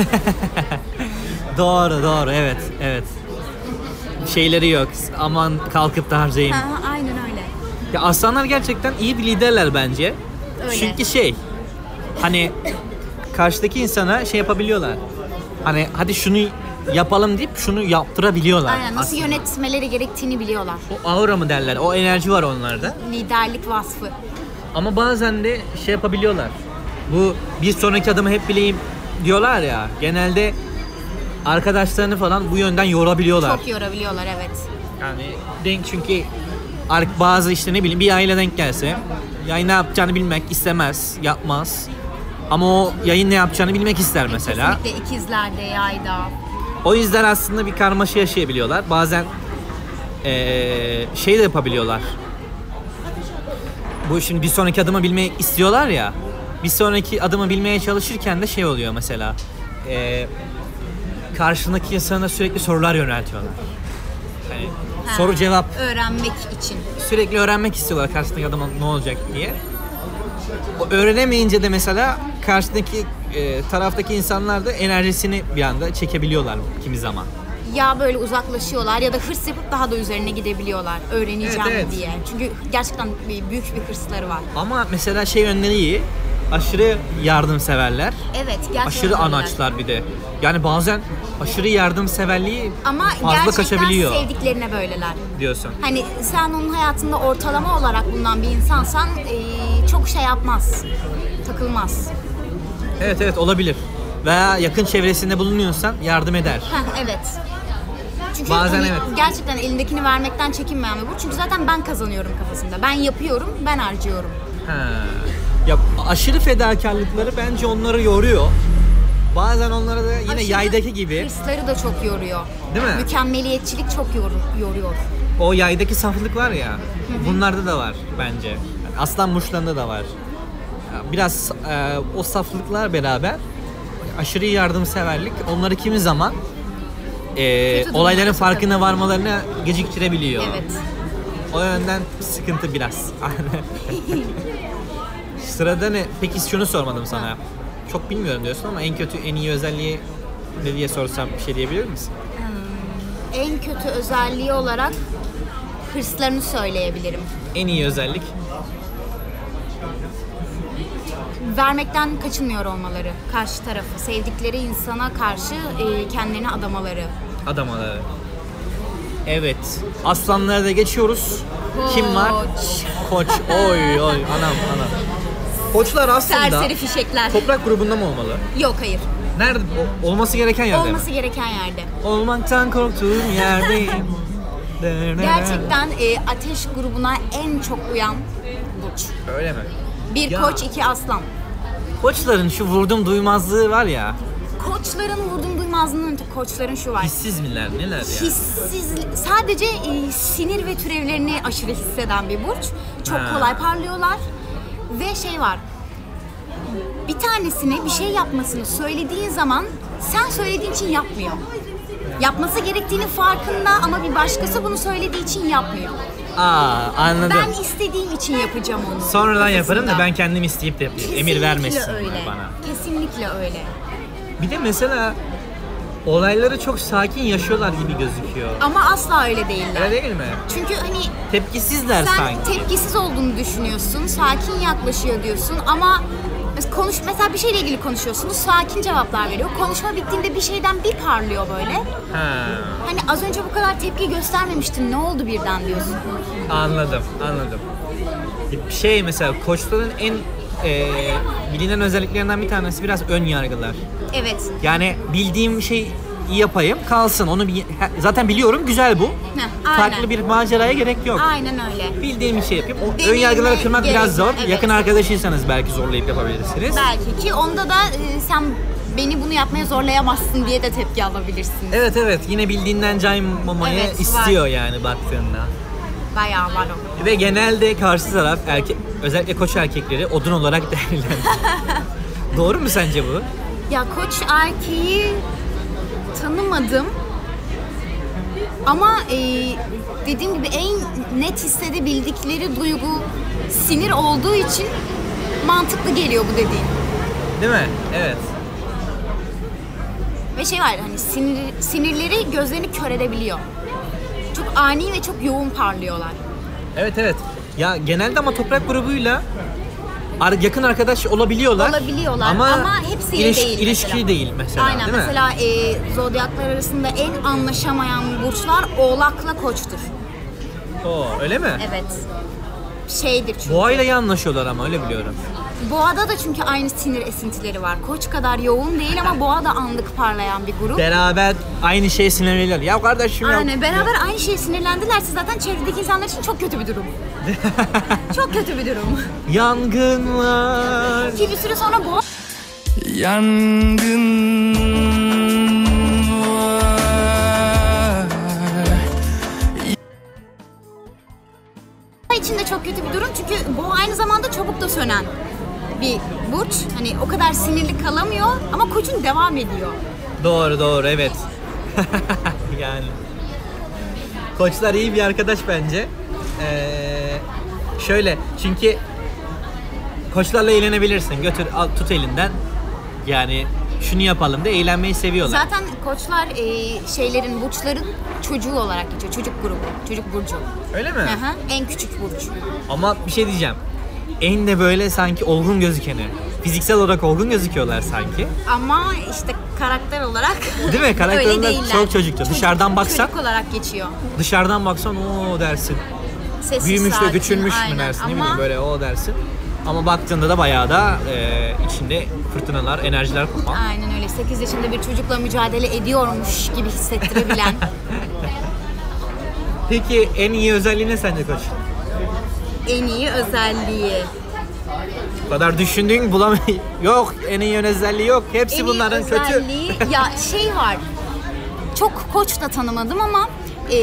Doğru doğru evet evet. Şeyleri yok. Aman kalkıp da harcayayım. Ha, aynen öyle. Ya aslanlar gerçekten iyi bir liderler bence. Öyle. Çünkü şey hani karşıdaki insana şey yapabiliyorlar. Hani hadi şunu yapalım deyip şunu yaptırabiliyorlar. Aynen nasıl aslında. yönetmeleri gerektiğini biliyorlar. O aura mı derler? O enerji var onlarda. Liderlik vasfı. Ama bazen de şey yapabiliyorlar. Bu bir sonraki adımı hep bileyim diyorlar ya. Genelde arkadaşlarını falan bu yönden yorabiliyorlar. Çok yorabiliyorlar evet. Yani denk çünkü ar- bazı işte ne bileyim bir aile denk gelse yayın ne yapacağını bilmek istemez, yapmaz. Ama o yayın ne yapacağını bilmek ister mesela. Kesinlikle ikizlerde, yayda. O yüzden aslında bir karmaşa yaşayabiliyorlar. Bazen ee, şey de yapabiliyorlar. bu şimdi bir sonraki adımı bilmeyi istiyorlar ya. Bir sonraki adımı bilmeye çalışırken de şey oluyor mesela. E, karşındaki insana sürekli sorular yöneltiyorlar. Yani Ha, soru cevap öğrenmek için. sürekli öğrenmek istiyorlar karşındaki adama ne olacak diye. O öğrenemeyince de mesela karşıdaki e, taraftaki insanlar da enerjisini bir anda çekebiliyorlar kimi zaman. Ya böyle uzaklaşıyorlar ya da hırs yapıp daha da üzerine gidebiliyorlar. Öğreneceğim Evet, evet. diye. Çünkü gerçekten bir- büyük bir hırsları var. Ama mesela şey yönleri iyi. Aşırı yardımseverler. Evet, gerçekten Aşırı öyleler. anaçlar bir de. Yani bazen aşırı yardımseverliği Ama fazla gerçekten kaçabiliyor sevdiklerine böyleler. diyorsun. Hani sen onun hayatında ortalama olarak bulunan bir insansan eee, çok şey yapmaz. Takılmaz. Evet evet olabilir. Veya yakın çevresinde bulunuyorsan yardım eder. Heh, evet. Çünkü Bazen hani evet. gerçekten elindekini vermekten çekinmeyen bir bu. Çünkü zaten ben kazanıyorum kafasında. Ben yapıyorum, ben harcıyorum. Ha. Ya aşırı fedakarlıkları bence onları yoruyor. Bazen onlara da yine Aşırı yaydaki gibi hırsları da çok yoruyor. Değil mi? Mükemmeliyetçilik çok yor- yoruyor. o yaydaki saflık var ya. Bunlarda da var bence. Yani aslan burçlarında da var. Ya biraz e, o saflıklar beraber aşırı yardımseverlik onları kimi zaman e, Kötü olayların durumlara farkına varmalarını geciktirebiliyor. Evet. O yönden sıkıntı biraz. Sırada ne? Peki şunu sormadım sana. Çok bilmiyorum diyorsun ama en kötü, en iyi özelliği ne diye sorsam bir şey diyebilir misin? En kötü özelliği olarak hırslarını söyleyebilirim. En iyi özellik? Vermekten kaçınmıyor olmaları. Karşı tarafı, sevdikleri insana karşı e, kendilerini adamaları. Adamaları. Evet. Aslanlara da geçiyoruz. Kim var? Koç. Koç. Oy oy anam anam. Koçlar aslında Serseri fişekler. toprak grubunda mı olmalı? Yok hayır. Nerede? O- olması gereken yerde Olması mi? gereken yerde. Olmaktan korktuğum yerdeyim. Gerçekten e, ateş grubuna en çok uyan burç. Öyle mi? Bir Ya. koç, iki aslan. Koçların şu vurdum duymazlığı var ya. Koçların vurdum duymazlığının öte koçların şu var. Hissiz miler neler ya? Hissiz, sadece e, sinir ve türevlerini aşırı hisseden bir burç. Çok Ha. kolay parlıyorlar. Ve şey var, bir tanesine bir şey yapmasını söylediğin zaman sen söylediğin için yapmıyor. Yapması gerektiğinin farkında ama bir başkası bunu söylediği için yapmıyor. Aa anladım. Ben istediğim için yapacağım onu. Sonradan yaparım da kafasında. ben kendim isteyip de yapayım. Kesinlikle Emir vermesin öyle. bana. Kesinlikle öyle. Bir de mesela olayları çok sakin yaşıyorlar gibi gözüküyor. Ama asla öyle değiller. Öyle değil mi? Çünkü hani Tepkisizler sen sanki. tepkisiz olduğunu düşünüyorsun, sakin yaklaşıyor diyorsun ama mes- konuş mesela bir şeyle ilgili konuşuyorsunuz, sakin cevaplar veriyor. Konuşma bittiğinde bir şeyden bir parlıyor böyle. Ha, Hani az önce bu kadar tepki göstermemiştin, ne oldu birden diyorsun. anladım, anladım. Bir şey mesela koçların en e, bilinen özelliklerinden bir tanesi biraz ön yargılar. Evet. Yani bildiğim şey yapayım kalsın. Onu bir, zaten biliyorum güzel bu. Heh, aynen. Farklı bir maceraya gerek yok. Aynen öyle. Bildiğim bir şey yapayım. O ön Deneyime yargıları kırmak gerek biraz zor. yok, evet. Yakın arkadaşıysanız belki zorlayıp yapabilirsiniz. Belki ki onda da e, sen beni bunu yapmaya zorlayamazsın diye de tepki alabilirsin. Evet evet yine bildiğinden caymamayı Evet, var. istiyor yani baktığında. Bayağı var o. Ve genelde karşı taraf erkek özellikle koç erkekleri odun olarak değerlendiriyor. Doğru mu sence bu? Ya koç erkeği tanımadım. Ama e, dediğim gibi en net hissedebildikleri duygu sinir olduğu için mantıklı geliyor bu dediğin. Değil mi? Evet. Ve şey var hani sinir, sinirleri gözlerini kör edebiliyor. Çok ani ve çok yoğun parlıyorlar. Evet evet. Ya genelde ama toprak grubuyla ar- yakın arkadaş olabiliyorlar. Olabiliyorlar ama hepsiyle iliş- değil ilişki mesela. değil mesela. Aynen değil mi? mesela e, zodyaklar arasında en anlaşamayan burçlar Oğlak'la Koç'tur. Oo, öyle mi? Evet. Şeydir çünkü. Boğayla iyi anlaşıyorlar ama öyle biliyorum. Boğa'da da çünkü aynı sinir esintileri var. Koç kadar yoğun değil ama Boğa da anlık parlayan bir grup. Beraber aynı şeye sinirleniyorlar. Ya kardeşim ya. Aynen beraber aynı şeye sinirlendilerse zaten çevredeki insanlar için çok kötü bir durum. Çok kötü bir durum. Yangınlar. Ki bir süre sonra Boğa Yangın var. için de çok kötü bir durum çünkü bu aynı zamanda çabuk da sönen bir burç. Hani o kadar sinirli kalamıyor ama Koç'un devam ediyor. Doğru doğru evet. Yani Koçlar iyi bir arkadaş bence. Ee, şöyle çünkü Koçlarla eğlenebilirsin. Götür al, tut elinden. Yani şunu yapalım da eğlenmeyi seviyorlar. Zaten Koçlar e, şeylerin, burçların çocuğu olarak geçiyor. Çocuk grubu, çocuk burcu. Öyle mi? Hı hı, en küçük burç. Ama bir şey diyeceğim. En de böyle sanki olgun gözükeni. Fiziksel olarak olgun gözüküyorlar sanki. Ama işte karakter olarak Değil mi? Karakter öyle olarak değiller. çok çocukça. Dışarıdan baksan- Çocuk olarak geçiyor. Dışarıdan baksan o dersin. Sessiz, Büyümüş de sakin, küçülmüş mü aynen. dersin, ne Ama bileyim böyle o dersin. Ama baktığında da bayağı da e, içinde fırtınalar, enerjiler kopan. aynen öyle. sekiz yaşında bir çocukla mücadele ediyormuş gibi hissettirebilen. Peki en iyi özelliği ne sence Koç? En iyi özelliği. Bu kadar düşündüğün bulamay. Yok, en iyi özelliği yok. Hepsi En iyi bunların kötü. özelliği ya şey var. Çok Koç da tanımadım ama e,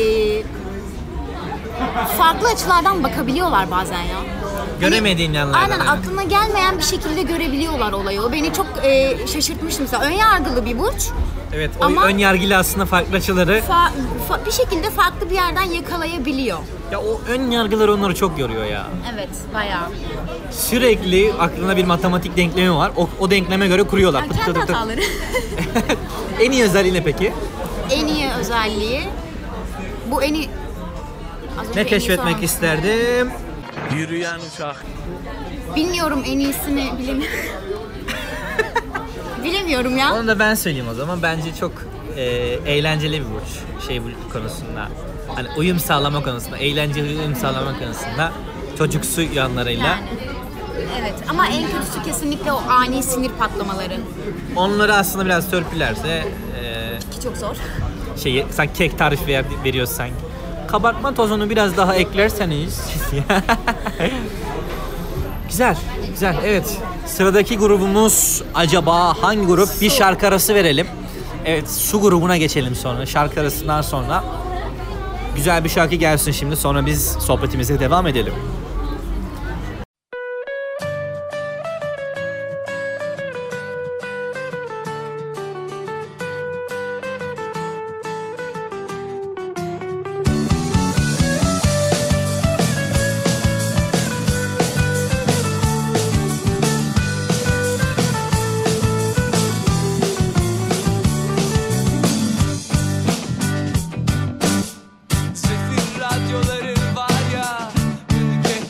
farklı açılardan bakabiliyorlar bazen ya. Göremediğin Hani, yanlardan. Aynen aklına gelmeyen bir şekilde görebiliyorlar olayı. O beni çok e, şaşırtmıştı mesela. Ön yargılı bir burç. Evet, o Ama- ön yargıyla aslında farklı açıları. Fa- fa- bir şekilde farklı bir yerden yakalayabiliyor. Ya o ön yargılar onları çok yoruyor ya. Evet, bayağı. Sürekli aklında bir matematik denklemi var. O, o denkleme göre kuruyorlar. Yani Pıt kendi pıt pıt. hataları. En iyi özelliği ne peki? En iyi özelliği bu en iyi... Az önce Ne en iyi keşfetmek sormuştum. isterdim? Yürüyen uçak. Bilmiyorum en iyisini bilemiyorum. Bilemiyorum ya. Onu da ben söyleyeyim o zaman. Bence çok e, eğlenceli bir burç. Şey bu konusunda. Hani uyum sağlama konusunda, eğlenceli uyum sağlama konusunda. Çocuksu yanlarıyla. Yani. Evet ama en kötüsü kesinlikle o ani sinir patlamaları. Onları aslında biraz törpülerse e, Ki çok zor. şeyi sanki kek tarifi ver, veriyoruz sanki. Kabartma tozunu biraz daha eklerseniz. Güzel, güzel. Evet. Sıradaki grubumuz acaba hangi grup? Bir şarkı arası verelim. Evet, su grubuna geçelim sonra. Şarkı arasından sonra güzel bir şarkı gelsin şimdi. Sonra biz sohbetimize devam edelim. Sefil radyoları var ya, ülke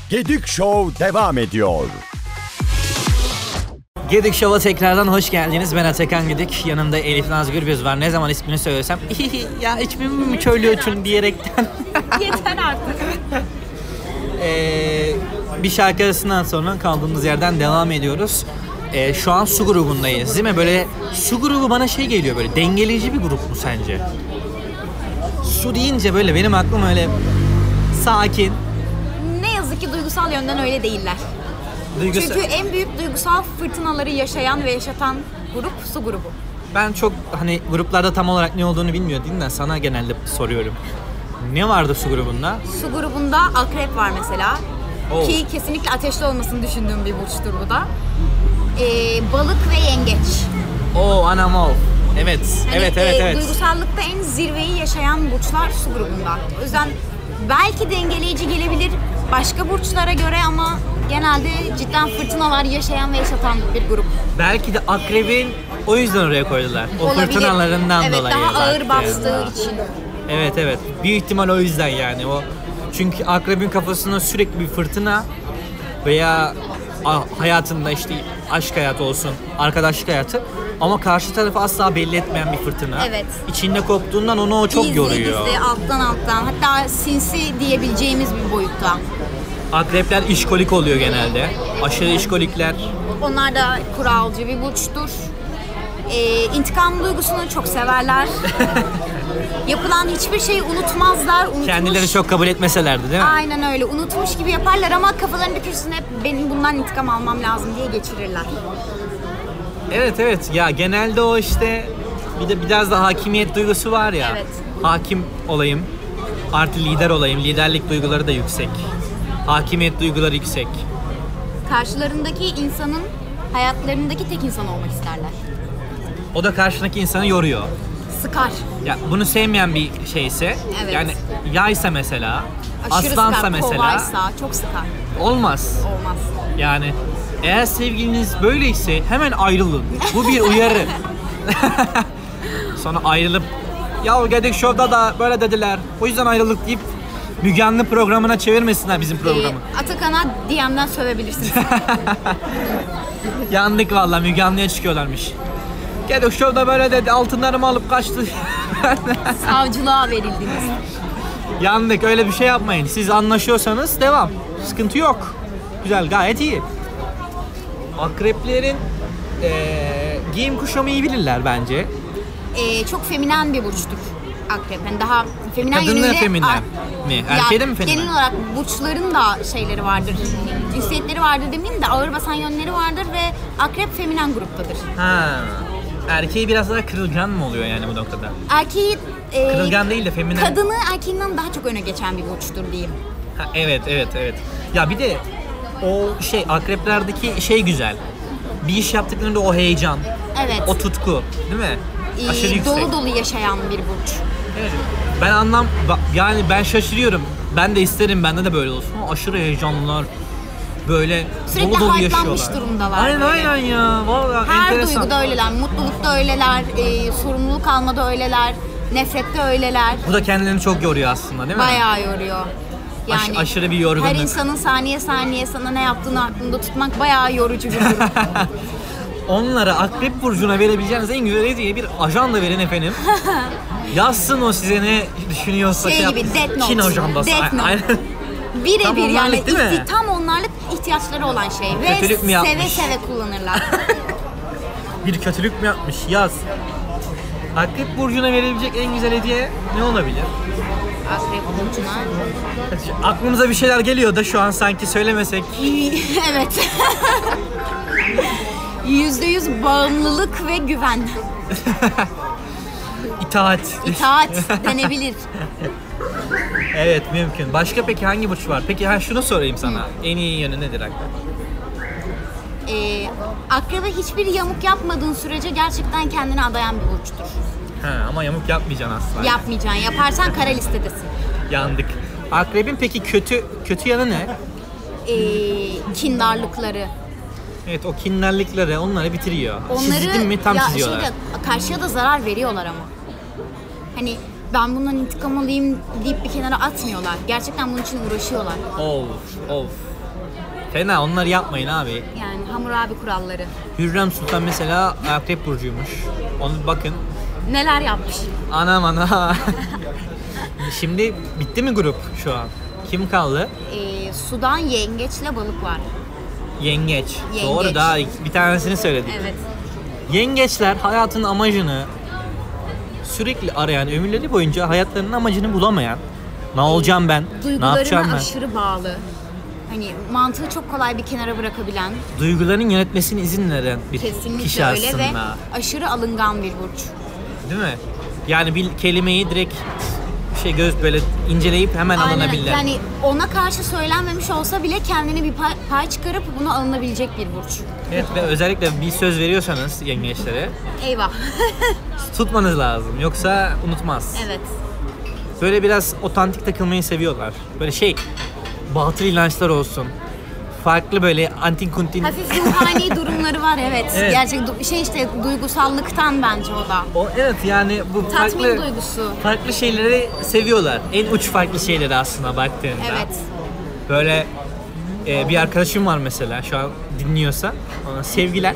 Gedik Show devam ediyor. Gedik Show'a tekrardan hoş geldiniz. Ben Atakan Gedik. Yanımda Elif Naz Gürbüz var. Ne zaman ismini söylesem ya ismimi mi söylüyorsun diyerekten. Yeter artık. ee, bir şarkı arasından sonra kaldığımız yerden devam ediyoruz. Ee, şu an su grubundayız değil mi? Böyle su grubu bana şey geliyor, böyle dengeleyici bir grup mu sence? Su deyince böyle benim aklım öyle sakin. Ne yazık ki duygusal yönden öyle değiller. Duygusal... Çünkü en büyük duygusal fırtınaları yaşayan ve yaşatan grup su grubu. Ben çok hani gruplarda tam olarak ne olduğunu bilmiyordum da sana genelde soruyorum. Ne vardı su grubunda? Su grubunda akrep var mesela. Oo. Ki kesinlikle ateşli olmasını düşündüğüm bir burçtur bu da. Ee, balık ve yengeç. Oo, anam ol. Evet, Hani, evet, evet, e, evet. Duygusallıkta en zirveyi yaşayan burçlar su grubunda. O yüzden belki dengeleyici gelebilir başka burçlara göre ama genelde cidden fırtınalar yaşayan ve yaşatan bir grup. Belki de akrebin o yüzden oraya koydular. O Olabilir. fırtınalarından evet, dolayı. Evet, daha ağır belki. bastığı için. Evet, evet. Büyük ihtimal o yüzden yani. O çünkü akrebin kafasında sürekli bir fırtına veya a, hayatında işte aşk hayatı olsun, arkadaşlık hayatı ama karşı tarafı asla belli etmeyen bir fırtına. Evet. İçinde koptuğundan onu o çok gizli, yoruyor. Gizli, alttan alttan, hatta sinsi diyebileceğimiz bir boyutta. Akrepler işkolik oluyor genelde. Aşırı işkolikler. Onlar da kuralcı bir burçtur. Ee, intikam duygusunu çok severler. Yapılan hiçbir şeyi unutmazlar. Unutmuş. Kendileri çok kabul etmeselerdi değil mi? Aynen öyle. Unutmuş gibi yaparlar ama kafalarında köşesinde hep benim bundan intikam almam lazım diye geçirirler. Evet evet ya genelde o işte bir de biraz da hakimiyet duygusu var ya. Evet. Hakim olayım, artı lider olayım. Liderlik duyguları da yüksek. Hakimiyet duyguları yüksek. Karşılarındaki insanın hayatlarındaki tek insan olmak isterler. O da karşındaki insanı yoruyor. Sıkar. Ya bunu sevmeyen bir şeyse, Evet. yani yaysa mesela, Aşırı aslansa sıkar. mesela Kovaysa çok sıkar. olmaz. Olmaz. Yani eğer sevgiliniz böyleyse hemen ayrılın. Bu bir uyarı. Sonra ayrılıp ya Gedik Show'da da böyle dediler. O yüzden ayrılık deyip Müge Anlı programına çevirmesinler bizim programı. Ee, Atakan'a D M'den sövebilirsiniz. Yandık vallahi, Müge Anlı'ya çıkıyorlarmış. Gedik Show'da böyle dedi, altınlarımı alıp kaçtı. Savcılığa verildiniz. Yandık, öyle bir şey yapmayın. Siz anlaşıyorsanız devam. Sıkıntı yok. Güzel, gayet iyi. Akreplerin eee giyim kuşamı iyi bilirler bence. Ee, çok feminen bir burçtur akrep. Yani daha feminen Kadın da yönüyle... feminen Ar- mi? Erkeği de mi feminen? Genel olarak burçların da şeyleri vardır. Cinsiyetleri vardır demeyeyim de ağır basan yönleri vardır ve akrep feminen gruptadır. Ha. Erkeği biraz daha kırılgan mı oluyor yani bu noktada? Erkeği... e, Kırılgan değil de feminen. Kadını erkeğinden daha çok öne geçen bir burçtur diyeyim. Ha, evet, evet, evet. Ya bir de o şey akreplerdeki şey güzel. Bir iş yaptıklarında o heyecan, Evet. o tutku, değil mi? Ee, Aşırı yüksek. dolu dolu yaşayan bir burç. Evet. Ben anlam ba- yani ben şaşırıyorum. Ben de isterim, bende de böyle olsun. Ama aşırı heyecanlılar. Böyle Sürekli dolu dolu hype'lanmış yaşıyorlar. durumdalar Aynen böyle. aynen ya. Vallahi Her enteresan. duyguda öyleler. Mutlulukta öyleler, e, sorumluluk almada öyleler, nefrette öyleler. Bu da kendilerini çok yoruyor aslında, değil mi? Bayağı yoruyor. Aş- aşırı bir yorgunluk. Her insanın saniye saniye sana ne yaptığını aklında tutmak bayağı yorucu bir durum. Onlara Akrep Burcu'na verebileceğiniz en güzel hediye bir ajanda verin efendim. Yazsın o size ne düşünüyorsa. Şey yap- gibi Death Note. Kin ajandası. Death Note. Aynen. Birebir Tam yani onlarlık değil mi? ihti- tam onlarlık ihtiyaçları olan şey ve Kötülük mü seve yapmış? seve kullanırlar. Bir kötülük mü yapmış? Yaz. Akrep Burcu'na verilebilecek en güzel hediye ne olabilir? Akrep burcuna. Aklımıza bir şeyler geliyor da şu an sanki söylemesek. Evet. Yüzde yüz bağımlılık ve güven. İtaat. İtaat denebilir. Evet, mümkün. Başka peki hangi burç var? Peki ha şunu sorayım sana. En iyi yönü nedir Akrep? Ee, akrebe hiçbir yamuk yapmadığın sürece gerçekten kendini adayan bir burçtur. Ha, ama yamuk yapmayacaksın asla. Yapmayacaksın. Yaparsan kara listedesin. Yandık. Akrebin peki kötü kötü yanı ne? Ee, kindarlıkları. Evet, o kinlerlikleri onları bitiriyor. Onları Çizdim mi tam ya çiziyorlar. şeyde, karşıya da zarar veriyorlar ama. Hani ben bundan intikam alayım deyip bir kenara atmıyorlar. Gerçekten bunun için uğraşıyorlar. Of of. Fena, onları yapmayın abi. Yani Hammurabi kuralları. Hürrem Sultan mesela Akrep Burcu'ymuş. Onu bakın. Neler yapmış? Anam ana. Şimdi bitti mi grup şu an? Kim kaldı? Ee, sudan yengeçle balık var. Yengeç. Yengeç. Doğru, daha bir tanesini söyledik. Evet. Yengeçler hayatın amacını sürekli arayan, ömürleri boyunca hayatlarının amacını bulamayan, ne olacağım ben, ne yapacağım Duygularına ben? aşırı bağlı. Hani mantığı çok kolay bir kenara bırakabilen, Duyguların yönetmesine izin veren bir kesinlikle kişi öyle aslında. ve aşırı alıngan bir burç. Değil mi? Yani bir kelimeyi direkt şey göz böyle inceleyip hemen Aynen. alınabilen. Yani ona karşı söylenmemiş olsa bile kendine bir pay, pay çıkarıp bunu alınabilecek bir burç. Evet, ve özellikle bir söz veriyorsanız yengeçlere Eyvah. tutmanız lazım. Yoksa unutmaz. Evet. Böyle biraz otantik takılmayı seviyorlar. Böyle şey, batıl inançlar olsun. Farklı böyle antin kuntin. Hafif ruhani durumları var, evet. Evet. Gerçek du- şey işte duygusallıktan bence o da. O evet, yani bu Tatmin farklı duygusu. farklı şeyleri seviyorlar. En uç farklı şeyleri aslında baktığında. Evet. Böyle e, bir arkadaşım var mesela, şu an dinliyorsa ona sevgiler.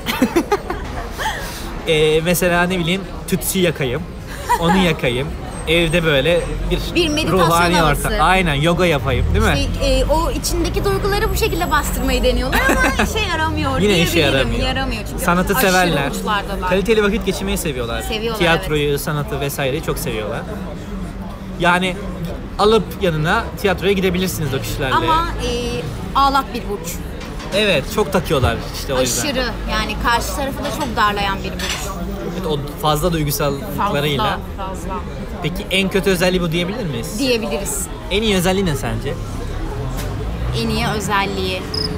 e, mesela ne bileyim, tütsü yakayım, onu yakayım. Evde böyle bir, Bir meditasyon ruhani havası. ortam. Aynen, yoga yapayım, değil mi? Şey, e, o içindeki duyguları bu şekilde bastırmayı deniyorlar ama işe yaramıyor. Yine işe diyebilirim. yaramıyor. Yaramıyor çünkü Sanatı aşırı severler. uçlardalar. Kaliteli vakit geçirmeyi seviyorlar. Seviyorlar, Tiyatroyu, sanatı vesaireyi çok seviyorlar. Yani alıp yanına tiyatroya gidebilirsiniz o kişilerle. Ama e, ağlak bir burç. Evet, çok takıyorlar işte o yüzden. Aşırı, yani karşı tarafı da çok darlayan bir burç. Evet, o fazla duygusallıklarıyla. Fazla, fazla. Peki en kötü özelliği bu diyebilir miyiz? Diyebiliriz. En iyi özelliği ne sence? En iyi özelliği.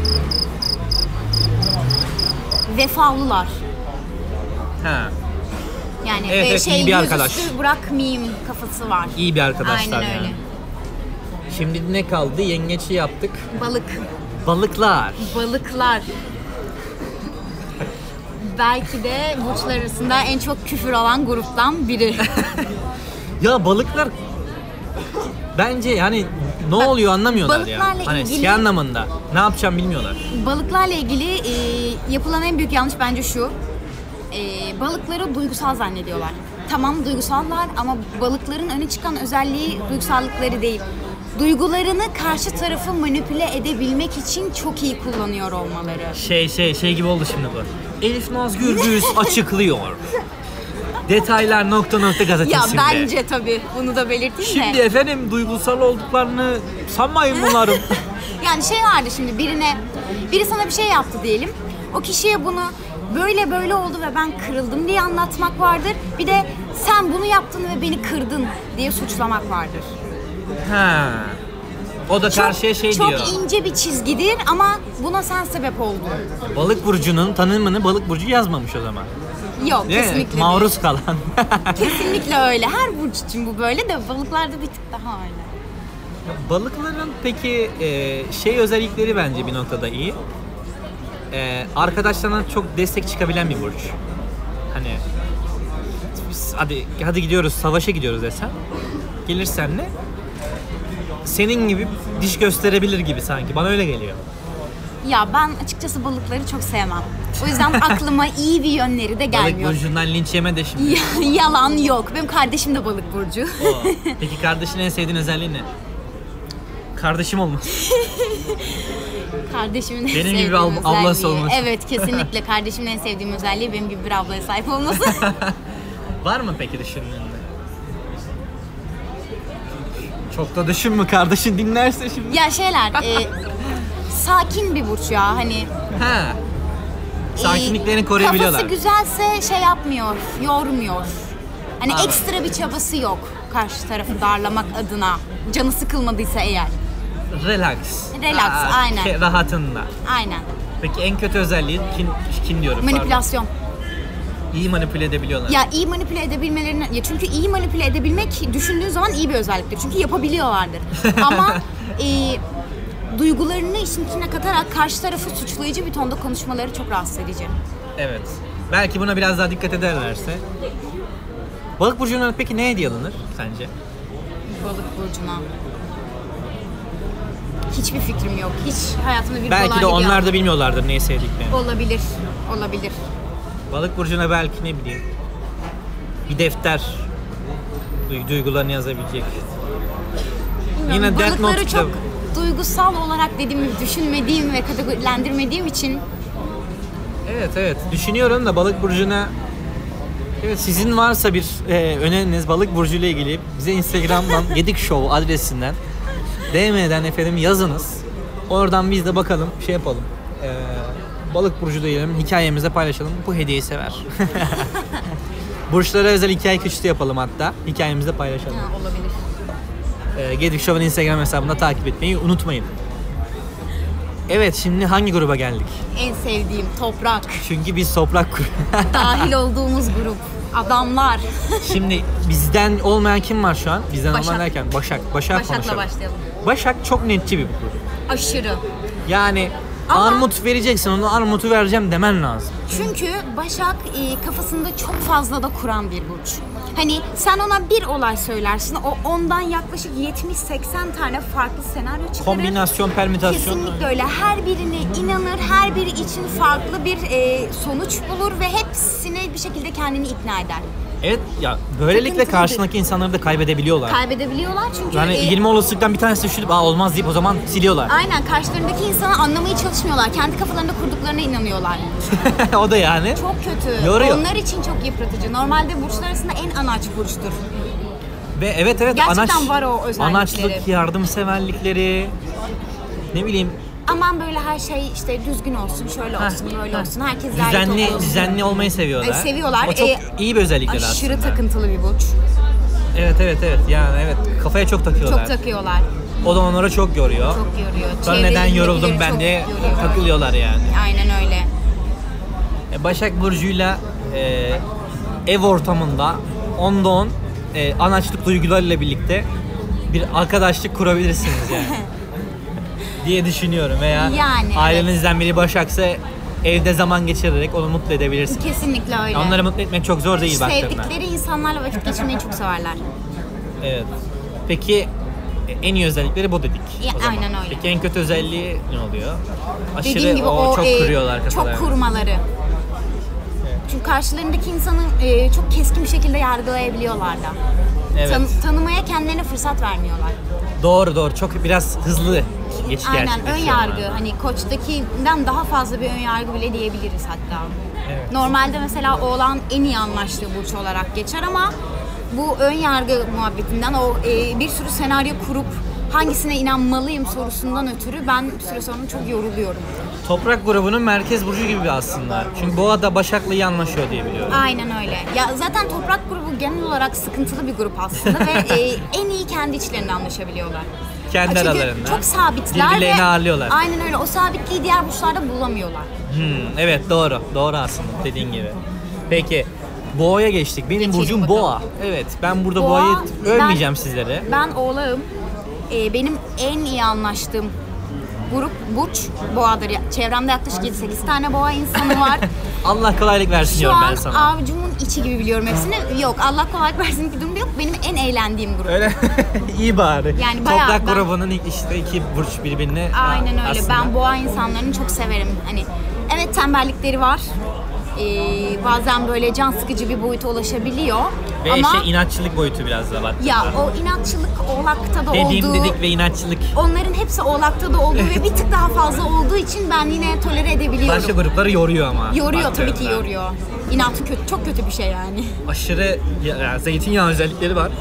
Vefalılar. Ha, Yani Evet, ve evet, şey iyi bir arkadaş. yüzüstü bırakmayayım kafası var. iyi bir arkadaşlar Aynen yani. öyle. Şimdi ne kaldı? Yengeçi yaptık. Balık. Balıklar. Balıklar. Belki de burçlar arasında en çok küfür alan gruptan biri. Ya balıklar bence yani ne oluyor anlamıyorlar ya. balıklarla Hani ilgili- şey anlamında. Ne yapacağım bilmiyorlar. Balıklarla ilgili e, yapılan en büyük yanlış bence şu. E, balıkları duygusal zannediyorlar. Tamam duygusallar ama balıkların öne çıkan özelliği duygusallıkları değil. Duygularını karşı tarafı manipüle edebilmek için çok iyi kullanıyor olmaları. Şey şey şey gibi oldu şimdi bu. Elif Naz Gürbüz açıklıyor. Detaylar nokta nokta Ya gazetesinde. bence tabii bunu da belirteyim Şimdi de. efendim duygusal olduklarını sanmayın bunların. Yani şey vardı şimdi birine, biri sana bir şey yaptı diyelim. O kişiye bunu böyle böyle oldu ve ben kırıldım diye anlatmak vardır. Bir de sen bunu yaptın ve beni kırdın diye suçlamak vardır. Ha. O da karşıya şey çok diyor. Çok ince bir çizgidir ama buna sen sebep oldun. Balık burcunun tanımını balık burcu yazmamış o zaman. Yok Değil mi? kesinlikle Maruz kalan. değil. Kesinlikle öyle. Her burç için bu böyle de balıklarda bir tık daha öyle. Balıkların peki e, şey özellikleri bence bir noktada iyi. E, arkadaşlarına çok destek çıkabilen bir burç. Hani biz hadi hadi gidiyoruz, savaşa gidiyoruz desem, gelirsen ne? Senin gibi diş gösterebilir gibi sanki. Bana öyle geliyor. Ya ben açıkçası balıkları çok sevmem. O yüzden aklıma iyi bir yönleri de gelmiyor. Balık burcundan linç yeme de şimdi. Yalan yok. Benim kardeşim de balık burcu. O. Peki kardeşinin en sevdiğin özelliği ne? Kardeşim olmuş. Kardeşimin en Benim gibi sevdiğim ab- özelliği. ablası olması. Evet kesinlikle kardeşimin en sevdiğim özelliği benim gibi bir ablaya sahip olması. Var mı peki düşündüğünde? Çok da düşünme, kardeşin dinlerse şimdi. Ya şeyler e, sakin bir burç ya hani. Ha. e, Sakinliklerini koruyabiliyorlar. Kafası güzelse şey yapmıyor, yormuyor. Hani Anladım. ekstra bir çabası yok karşı tarafı darlamak adına. Canı sıkılmadıysa eğer. Relax. Relax, aynen. Şey, rahatında. Aynen. Peki en kötü özelliği kin, kin diyorum. Manipülasyon. pardon. İyi manipüle edebiliyorlar. Ya iyi manipüle edebilmelerini, ya çünkü iyi manipüle edebilmek düşündüğün zaman iyi bir özelliktir. Çünkü yapabiliyorlardır. Ama e, duygularını işin içine katarak karşı tarafı suçlayıcı bir tonda konuşmaları çok rahatsız edici. Evet. Belki buna biraz daha dikkat ederlerse. Balık burcuna peki ne hediye alınır sence? Balık burcuna. Hiçbir fikrim yok. Hiç hayatımda bir Belki kolay de hediye onlar da almadım. bilmiyorlardır neyi sevdiklerini. Olabilir. Olabilir. Balık burcuna belki ne bileyim bir defter duy- duygularını yazabilecek. Bilmiyorum, Yine Death balıkları Note çok kitabı. duygusal olarak dediğim gibi düşünmediğim ve kategorilendirmediğim için Evet evet düşünüyorum da balık burcuna evet sizin varsa bir e, öneriniz balık burcu ile ilgili bize Instagram'dan Gedik Show adresinden D M'den efendim yazınız. Oradan biz de bakalım şey yapalım. E, balık burcu ile ilgili hikayemizde paylaşalım. Bu hediyeyi sever. Burçlara özel hikaye köşesi yapalım hatta. Hikayemizde paylaşalım. ha, olabilir. E, Gedik Show'un Instagram hesabında takip etmeyi unutmayın. Evet şimdi hangi gruba geldik? En sevdiğim toprak. Çünkü biz toprak grubu. Dahil olduğumuz grup. Adamlar. Şimdi bizden olmayan kim var şu an? Bizden Başak. olmayan derken Başak. Başak Başak'la konuşalım. başlayalım. Başak çok netçi bir grup. Aşırı. Yani Ama- armut vereceksin onu armutu vereceğim demen lazım. Çünkü Başak e, kafasında çok fazla da kuran bir burç. Hani sen ona bir olay söylersin, o ondan yaklaşık yetmiş seksen tane farklı senaryo çıkarır. Kombinasyon, permütasyon. Kesinlikle öyle. Her birine inanır, her biri için farklı bir e, sonuç bulur ve hepsine bir şekilde kendini ikna eder. Evet ya böylelikle Takıntılı karşındaki insanları da kaybedebiliyorlar. Kaybedebiliyorlar çünkü... Yani e, yirmi olasılıktan bir tanesi düşürüp aa olmaz deyip o zaman siliyorlar. Aynen, karşılarındaki insanı anlamaya çalışmıyorlar. Kendi kafalarında kurduklarına inanıyorlar. O da yani. Çok kötü. Yoruyor. Onlar için çok yıpratıcı. Normalde burçlar arasında en anaç burçtur. Ve evet evet Gerçekten anaç, var o özellikleri. anaçlık, yardımseverlikleri, ne bileyim Aman böyle her şey işte düzgün olsun, şöyle olsun, Heh, böyle heh. olsun. Herkes düzenli layık olsun. düzenli olmayı seviyorlar. E, seviyorlar. O çok E, iyi bir özellikler aslında. Aşırı takıntılı bir burç. Evet evet evet yani evet kafaya çok takıyorlar. Çok takıyorlar. O da onlara çok yoruyor. Çok yoruyor. Sonra neden Çevrenindekileri yoruldum ben çok diye yoruyor. takılıyorlar yani. Aynen öyle. E, Başak Burcu'yla e, ev ortamında onda on e, anaçlık duygularıyla birlikte bir arkadaşlık kurabilirsiniz yani. diye düşünüyorum veya Yani, ailenizden biri Başak'sa evde zaman geçirerek onu mutlu edebilirsiniz. Kesinlikle öyle. Onları mutlu etmek çok zor değil baktığında. Sevdikleri insanlarla vakit geçirmeyi çok severler. Evet. Peki e, en iyi özellikleri bu dedik. Ya, o zaman. aynen öyle. Peki en kötü özelliği ne oluyor? Aşırı Dediğim gibi o, o, çok e, kırıyorlar kafalarını. çok kurmaları. Çünkü karşılarındaki insanı e, çok keskin bir şekilde yargılayabiliyorlar da. Evet. Tan- tanımaya kendilerine fırsat vermiyorlar. Doğru doğru. Çok biraz hızlı geçiş Aynen, ön gerçekleşiyor yargı. onlar. Hani Koç'takinden daha fazla bir ön yargı bile diyebiliriz hatta. Evet. Normalde mesela oğlan en iyi anlaştığı burç olarak geçer ama bu ön yargı muhabbetinden o e, bir sürü senaryo kurup hangisine inanmalıyım sorusundan ötürü ben bir süre sonra çok yoruluyorum. Toprak grubunun merkez burcu gibi aslında. Çünkü Boğa da Başak'la iyi anlaşıyor diye biliyorum. Aynen öyle. Ya zaten toprak grubu genel olarak sıkıntılı bir grup aslında ve e, en iyi kendi içlerinde anlaşabiliyorlar. Kendi Çünkü aralarında. çok sabitler Birbirlerini ve ağırlıyorlar. aynen öyle. O sabitliği diğer burçlarda bulamıyorlar. Hmm, evet doğru. Doğru aslında dediğin gibi. Peki Boğa'ya geçtik. Benim Geçelim burcum bakalım. Boğa. Evet ben burada Boğa, Boğa'yı ben- övmeyeceğim sizlere. Ben oğlağım. Ee, benim en iyi anlaştığım grup burç boğadır. Ya- Çevremde yaklaşık yedi sekiz tane boğa insanı var. Allah kolaylık versin Şu diyorum an ben sana. avucumun içi gibi biliyorum hepsini. Yok, Allah kolaylık versin ki durumda yok. Benim en eğlendiğim grup. Öyle iyi bari. Yani bayağı Toprak ben- grubunun ilk işte iki burç birbirine Aynen öyle. aslında. Ben boğa insanlarını çok severim. Hani evet tembellikleri var. Ee, bazen böyle can sıkıcı bir boyuta ulaşabiliyor. Ve ama şey inatçılık boyutu biraz da var. ya o inatçılık oğlakta da Dediğim olduğu, dedik ve inatçılık. onların hepsi oğlakta da olduğu ve bir tık daha fazla olduğu için ben yine tolere edebiliyorum. Başka grupları yoruyor ama. Yoruyor tabii ki baktığında. yoruyor. İnatı kötü, çok kötü bir şey yani. Aşırı ya, ya, zeytinyağı özellikleri var.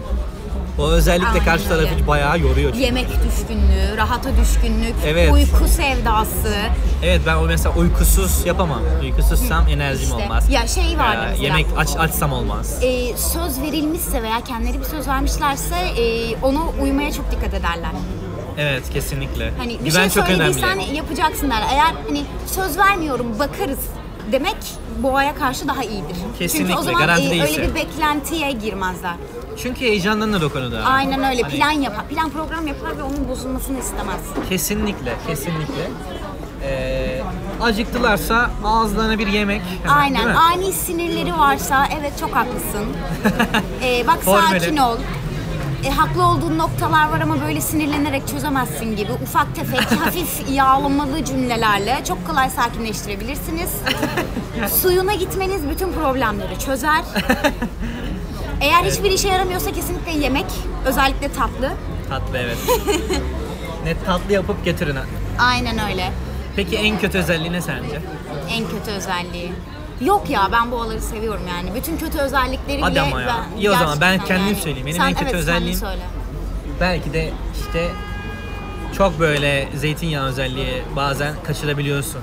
O özellikle Aynen karşı tarafı öyle. bayağı yoruyor. çünkü. Yemek düşkünlüğü, rahata düşkünlük, Evet. uyku sevdası. Evet ben o mesela uykusuz yapamam. Uykusuzsam enerjim İşte, olmaz. ya şey vardı Ee, mesela. Yemek aç açsam olmaz. Ee, söz verilmişse veya kendileri bir söz vermişlerse e, onu uymaya çok dikkat ederler. Evet kesinlikle. Hani bir Güven şey çok söylediysen önemli. yapacaksın der. Eğer hani söz vermiyorum bakarız demek boğaya karşı daha iyidir. Kesinlikle, Çünkü o zaman garanti e, değilse. öyle bir beklentiye girmezler. Çünkü heyecanlanır o konuda. Aynen öyle. Hani Plan yapar. Plan program yapar ve onun bozulmasını istemez. Kesinlikle, kesinlikle. Ee, acıktılarsa ağızlarına bir yemek. hemen, değil Aynen. mi? Ani sinirleri varsa evet çok haklısın. ee, bak Formülü. sakin ol. e, haklı olduğun noktalar var ama böyle sinirlenerek çözemezsin gibi ufak tefek hafif yağlamalı cümlelerle çok kolay sakinleştirebilirsiniz. Suyuna gitmeniz bütün problemleri çözer. Eğer hiçbir işe yaramıyorsa kesinlikle yemek, özellikle tatlı. Tatlı evet. Net tatlı yapıp getirin. Aynen öyle. Peki en kötü özelliği ne sence? En kötü özelliği. Yok ya, ben boğaları seviyorum yani. Bütün kötü özellikleri Hadi bile ama ya. ben İyi o zaman ben gerçekten kendim yani. söyleyeyim. Benim Sen, en kötü evet, özelliğim söyle. belki de işte çok böyle zeytinyağı özelliği bazen kaçırabiliyorsun.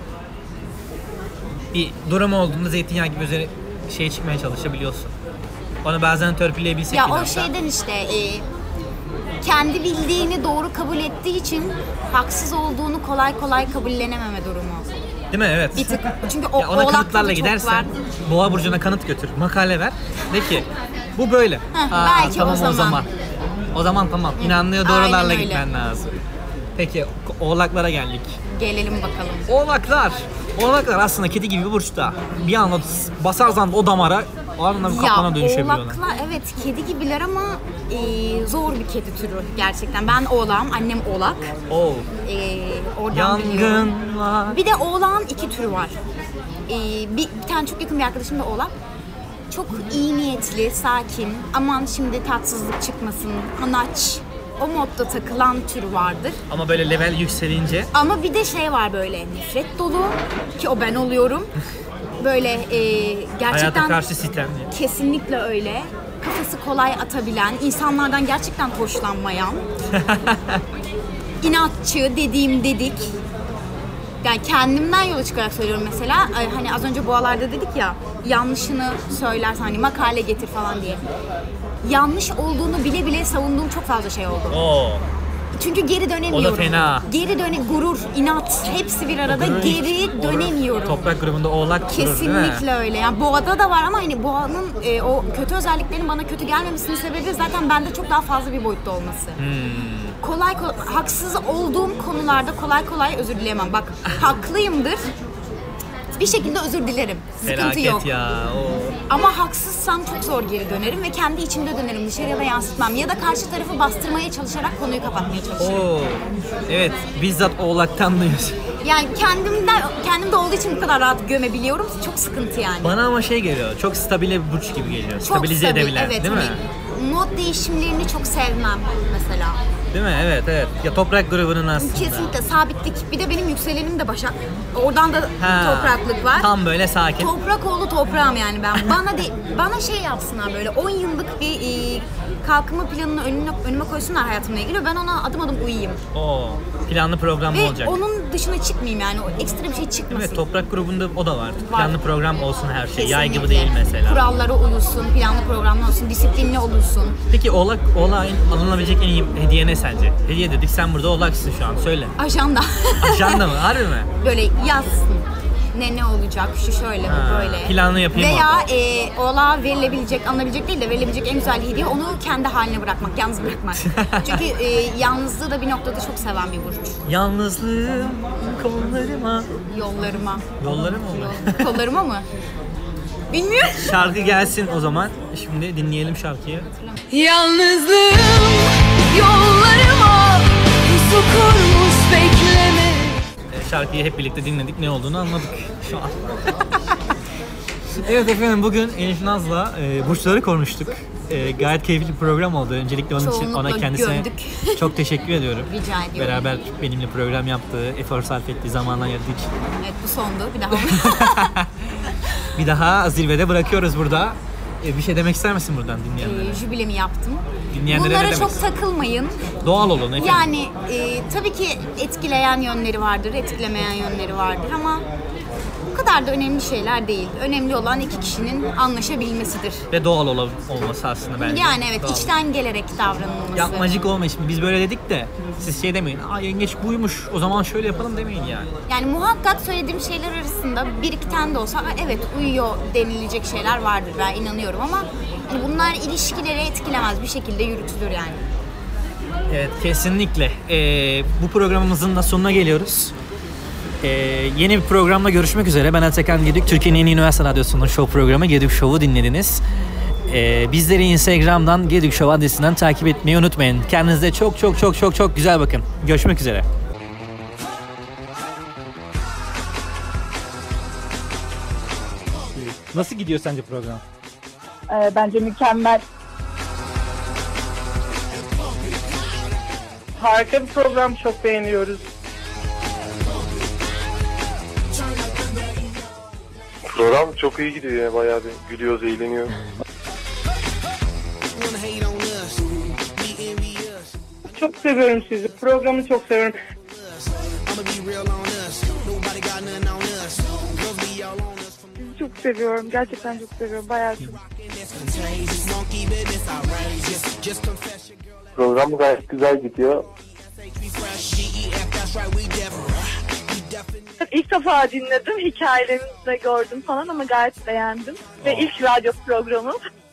Bir durum olduğunda zeytinyağı gibi üzeri şeye çıkmaya çalışabiliyorsun. Onu bazen törpüleyebilsek Ya bir o nokta. şeyden işte e, kendi bildiğini doğru kabul ettiği için haksız olduğunu kolay kolay kabullenememe durumu. Değil mi? Evet. Bir tık. Çünkü o Ya ona oğlakta kanıtlarla da çok gidersen var. Boğa burcuna kanıt götür, makale ver. De ki bu böyle. Heh, Aa, belki tamam o zaman. o zaman. O zaman tamam. İnandığı doğrularla Aynen öyle. gitmen lazım. Peki oğlaklara geldik. Gelelim bakalım. Oğlaklar. Oğlaklar aslında kedi gibi bir burçta. Bir anda basarsan o damara o anda bir kaplana dönüşebiliyorlar. Oğlaklar evet kedi gibiler ama e, zor bir kedi türü gerçekten. Ben oğlağım, annem oğlak. Oo. E, oradan biliyorum. Yangın var. Bir de oğlağın iki türü var. E, bir, bir tane çok yakın bir arkadaşım da oğlak. Çok iyi niyetli, sakin, aman şimdi tatsızlık çıkmasın, anaç, o modda takılan türü vardır. Ama böyle level yükselince Ama bir de şey var böyle nefret dolu ki o ben oluyorum. Böyle e, gerçekten hayata karşı sistemli. kesinlikle öyle. Kafası kolay atabilen, insanlardan gerçekten hoşlanmayan, inatçı, dediğim dedik. Yani kendimden yola çıkarak söylüyorum mesela. Hani az önce boğalarda dedik ya, yanlışını söylersen hani makale getir falan diye. Yanlış olduğunu bile bile savunduğum çok fazla şey oldu. Oo. Çünkü geri dönemiyorum. O da fena. Geri döne gurur, inat hepsi bir arada Gurur- geri dönemiyorum. Toprak grubunda oğlak durur değil mi? Kesinlikle öyle. Yani boğada da var ama hani boğanın e, o kötü özelliklerinin bana kötü gelmemesinin sebebi zaten bende çok daha fazla bir boyutta olması. Hmm. Kolay kolay haksız olduğum konularda kolay kolay özür dileyemem. Bak haklıyımdır. Bir şekilde özür dilerim. Sıkıntı Felaket yok. ya. Oo. Ama haksızsam çok zor geri dönerim ve kendi içimde dönerim. Dışarıya da yansıtmam. Ya da karşı tarafı bastırmaya çalışarak konuyu kapatmaya çalışırım. Oo. Evet, bizzat oğlaktan duyuyorsun. Yani kendimden, kendimde olduğu için bu kadar rahat gömebiliyorum. Çok sıkıntı yani. Bana ama şey geliyor, çok stabile bir burç gibi geliyor. Çok Stabilize stabil, edebilen, evet, değil mi? hani mod değişimlerini çok sevmem mesela. Değil mi? Evet, evet. Ya toprak grubunun aslında. Kesinlikle sabitlik. Bir de benim yükselenim de Başak. Oradan da Ha, topraklık var. Tam böyle sakin. Toprak oğlu toprağım yani ben. Bana de, bana şey yapsınlar böyle on yıllık bir e, kalkınma planını önüne, önüme koysunlar hayatımla ilgili. Ben ona adım adım uyuyayım. Oo. Planlı programlı Ve olacak. onun dışına çıkmayayım yani. O ekstra bir şey çıkmasın. Evet, toprak grubunda o da var. Var. Planlı program olsun her şey. Yay gibi Kesinlikle. değil mesela. Kurallara uyulsun, planlı programlı olsun, disiplinli olursun. Peki oğlak, oğlağın alınabilecek en iyi hediye ne sence? Hediye dedik, sen burada oğlaksın şu an. Söyle. Ajanda. Ajanda mı? Harbi mi? Böyle yazsın. Ne ne olacak, şu şöyle, bu Ha, böyle. planlı yapayım Veya e, oğlağa verilebilecek, alınabilecek değil de verilebilecek en güzel hediye onu kendi haline bırakmak, yalnız bırakmak. Çünkü e, yalnızlığı da bir noktada çok seven bir burç. Yalnızlığım kollarıma. Yollarıma. Yolları mı olur? Yol, kollarıma mı? Bilmiyorum. Şarkı gelsin o zaman. Şimdi dinleyelim şarkıyı. Yalnızlığım yollarıma pusu kurmuş bekleme. Ee, Şarkıyı hep birlikte dinledik. Ne olduğunu anladık şu an. Evet efendim, bugün Elif Naz'la e, burçları konuştuk. E, gayet keyifli bir program oldu. Öncelikle onun için Çoğunlukla ona kendisine gömdük. çok teşekkür ediyorum. Rica ediyorum. Beraber benimle program yaptığı, efor sarf ettiği, zamanla ayırdığı için. Evet, bu sondu. Bir daha. Bir daha zirvede bırakıyoruz burada. E, bir şey demek ister misin buradan dinleyenlere? e, jübilemi yaptım. Dinleyenlere Bunlara ne çok demeksin? takılmayın. Doğal olun efendim. Yani e, tabii ki etkileyen yönleri vardır, etkilemeyen yönleri vardır ama bu kadar da önemli şeyler değil. Önemli olan iki kişinin anlaşabilmesidir. Ve doğal ol- olması aslında bence. Yani evet, Doğal. içten gelerek davranılması. Yapmacık olmayın. Şimdi biz böyle dedik de siz şey demeyin. Aa, yengeç buymuş, o zaman şöyle yapalım demeyin yani. Yani muhakkak söylediğim şeyler arasında bir iki tane de olsa evet uyuyor denilecek şeyler vardır, ben inanıyorum ama hani bunlar ilişkileri etkilemez, bir şekilde yürütülür yani. Evet, kesinlikle. Ee, bu programımızın da sonuna geliyoruz. Ee, yeni bir programla görüşmek üzere. Ben Atakan Gedük. Türkiye'nin en iyi üniversite radyosunun show programı Gedük Show'u dinlediniz. Ee, bizleri Instagram'dan Gedik Show adresinden takip etmeyi unutmayın. Kendinize çok çok çok çok çok güzel bakın. Görüşmek üzere. Nasıl gidiyor sence program? Ee, bence mükemmel. Harika bir program, çok beğeniyoruz. Program çok iyi gidiyor ya, bayağı bir gülüyoruz, eğleniyoruz. Çok seviyorum sizi, programı çok seviyorum. Sizi çok seviyorum. Gerçekten çok seviyorum. Bayağı çok. Program gayet güzel gidiyor. İlk defa dinledim. Hikayelerinizi de gördüm falan ama gayet beğendim. Ve ilk radyo programım.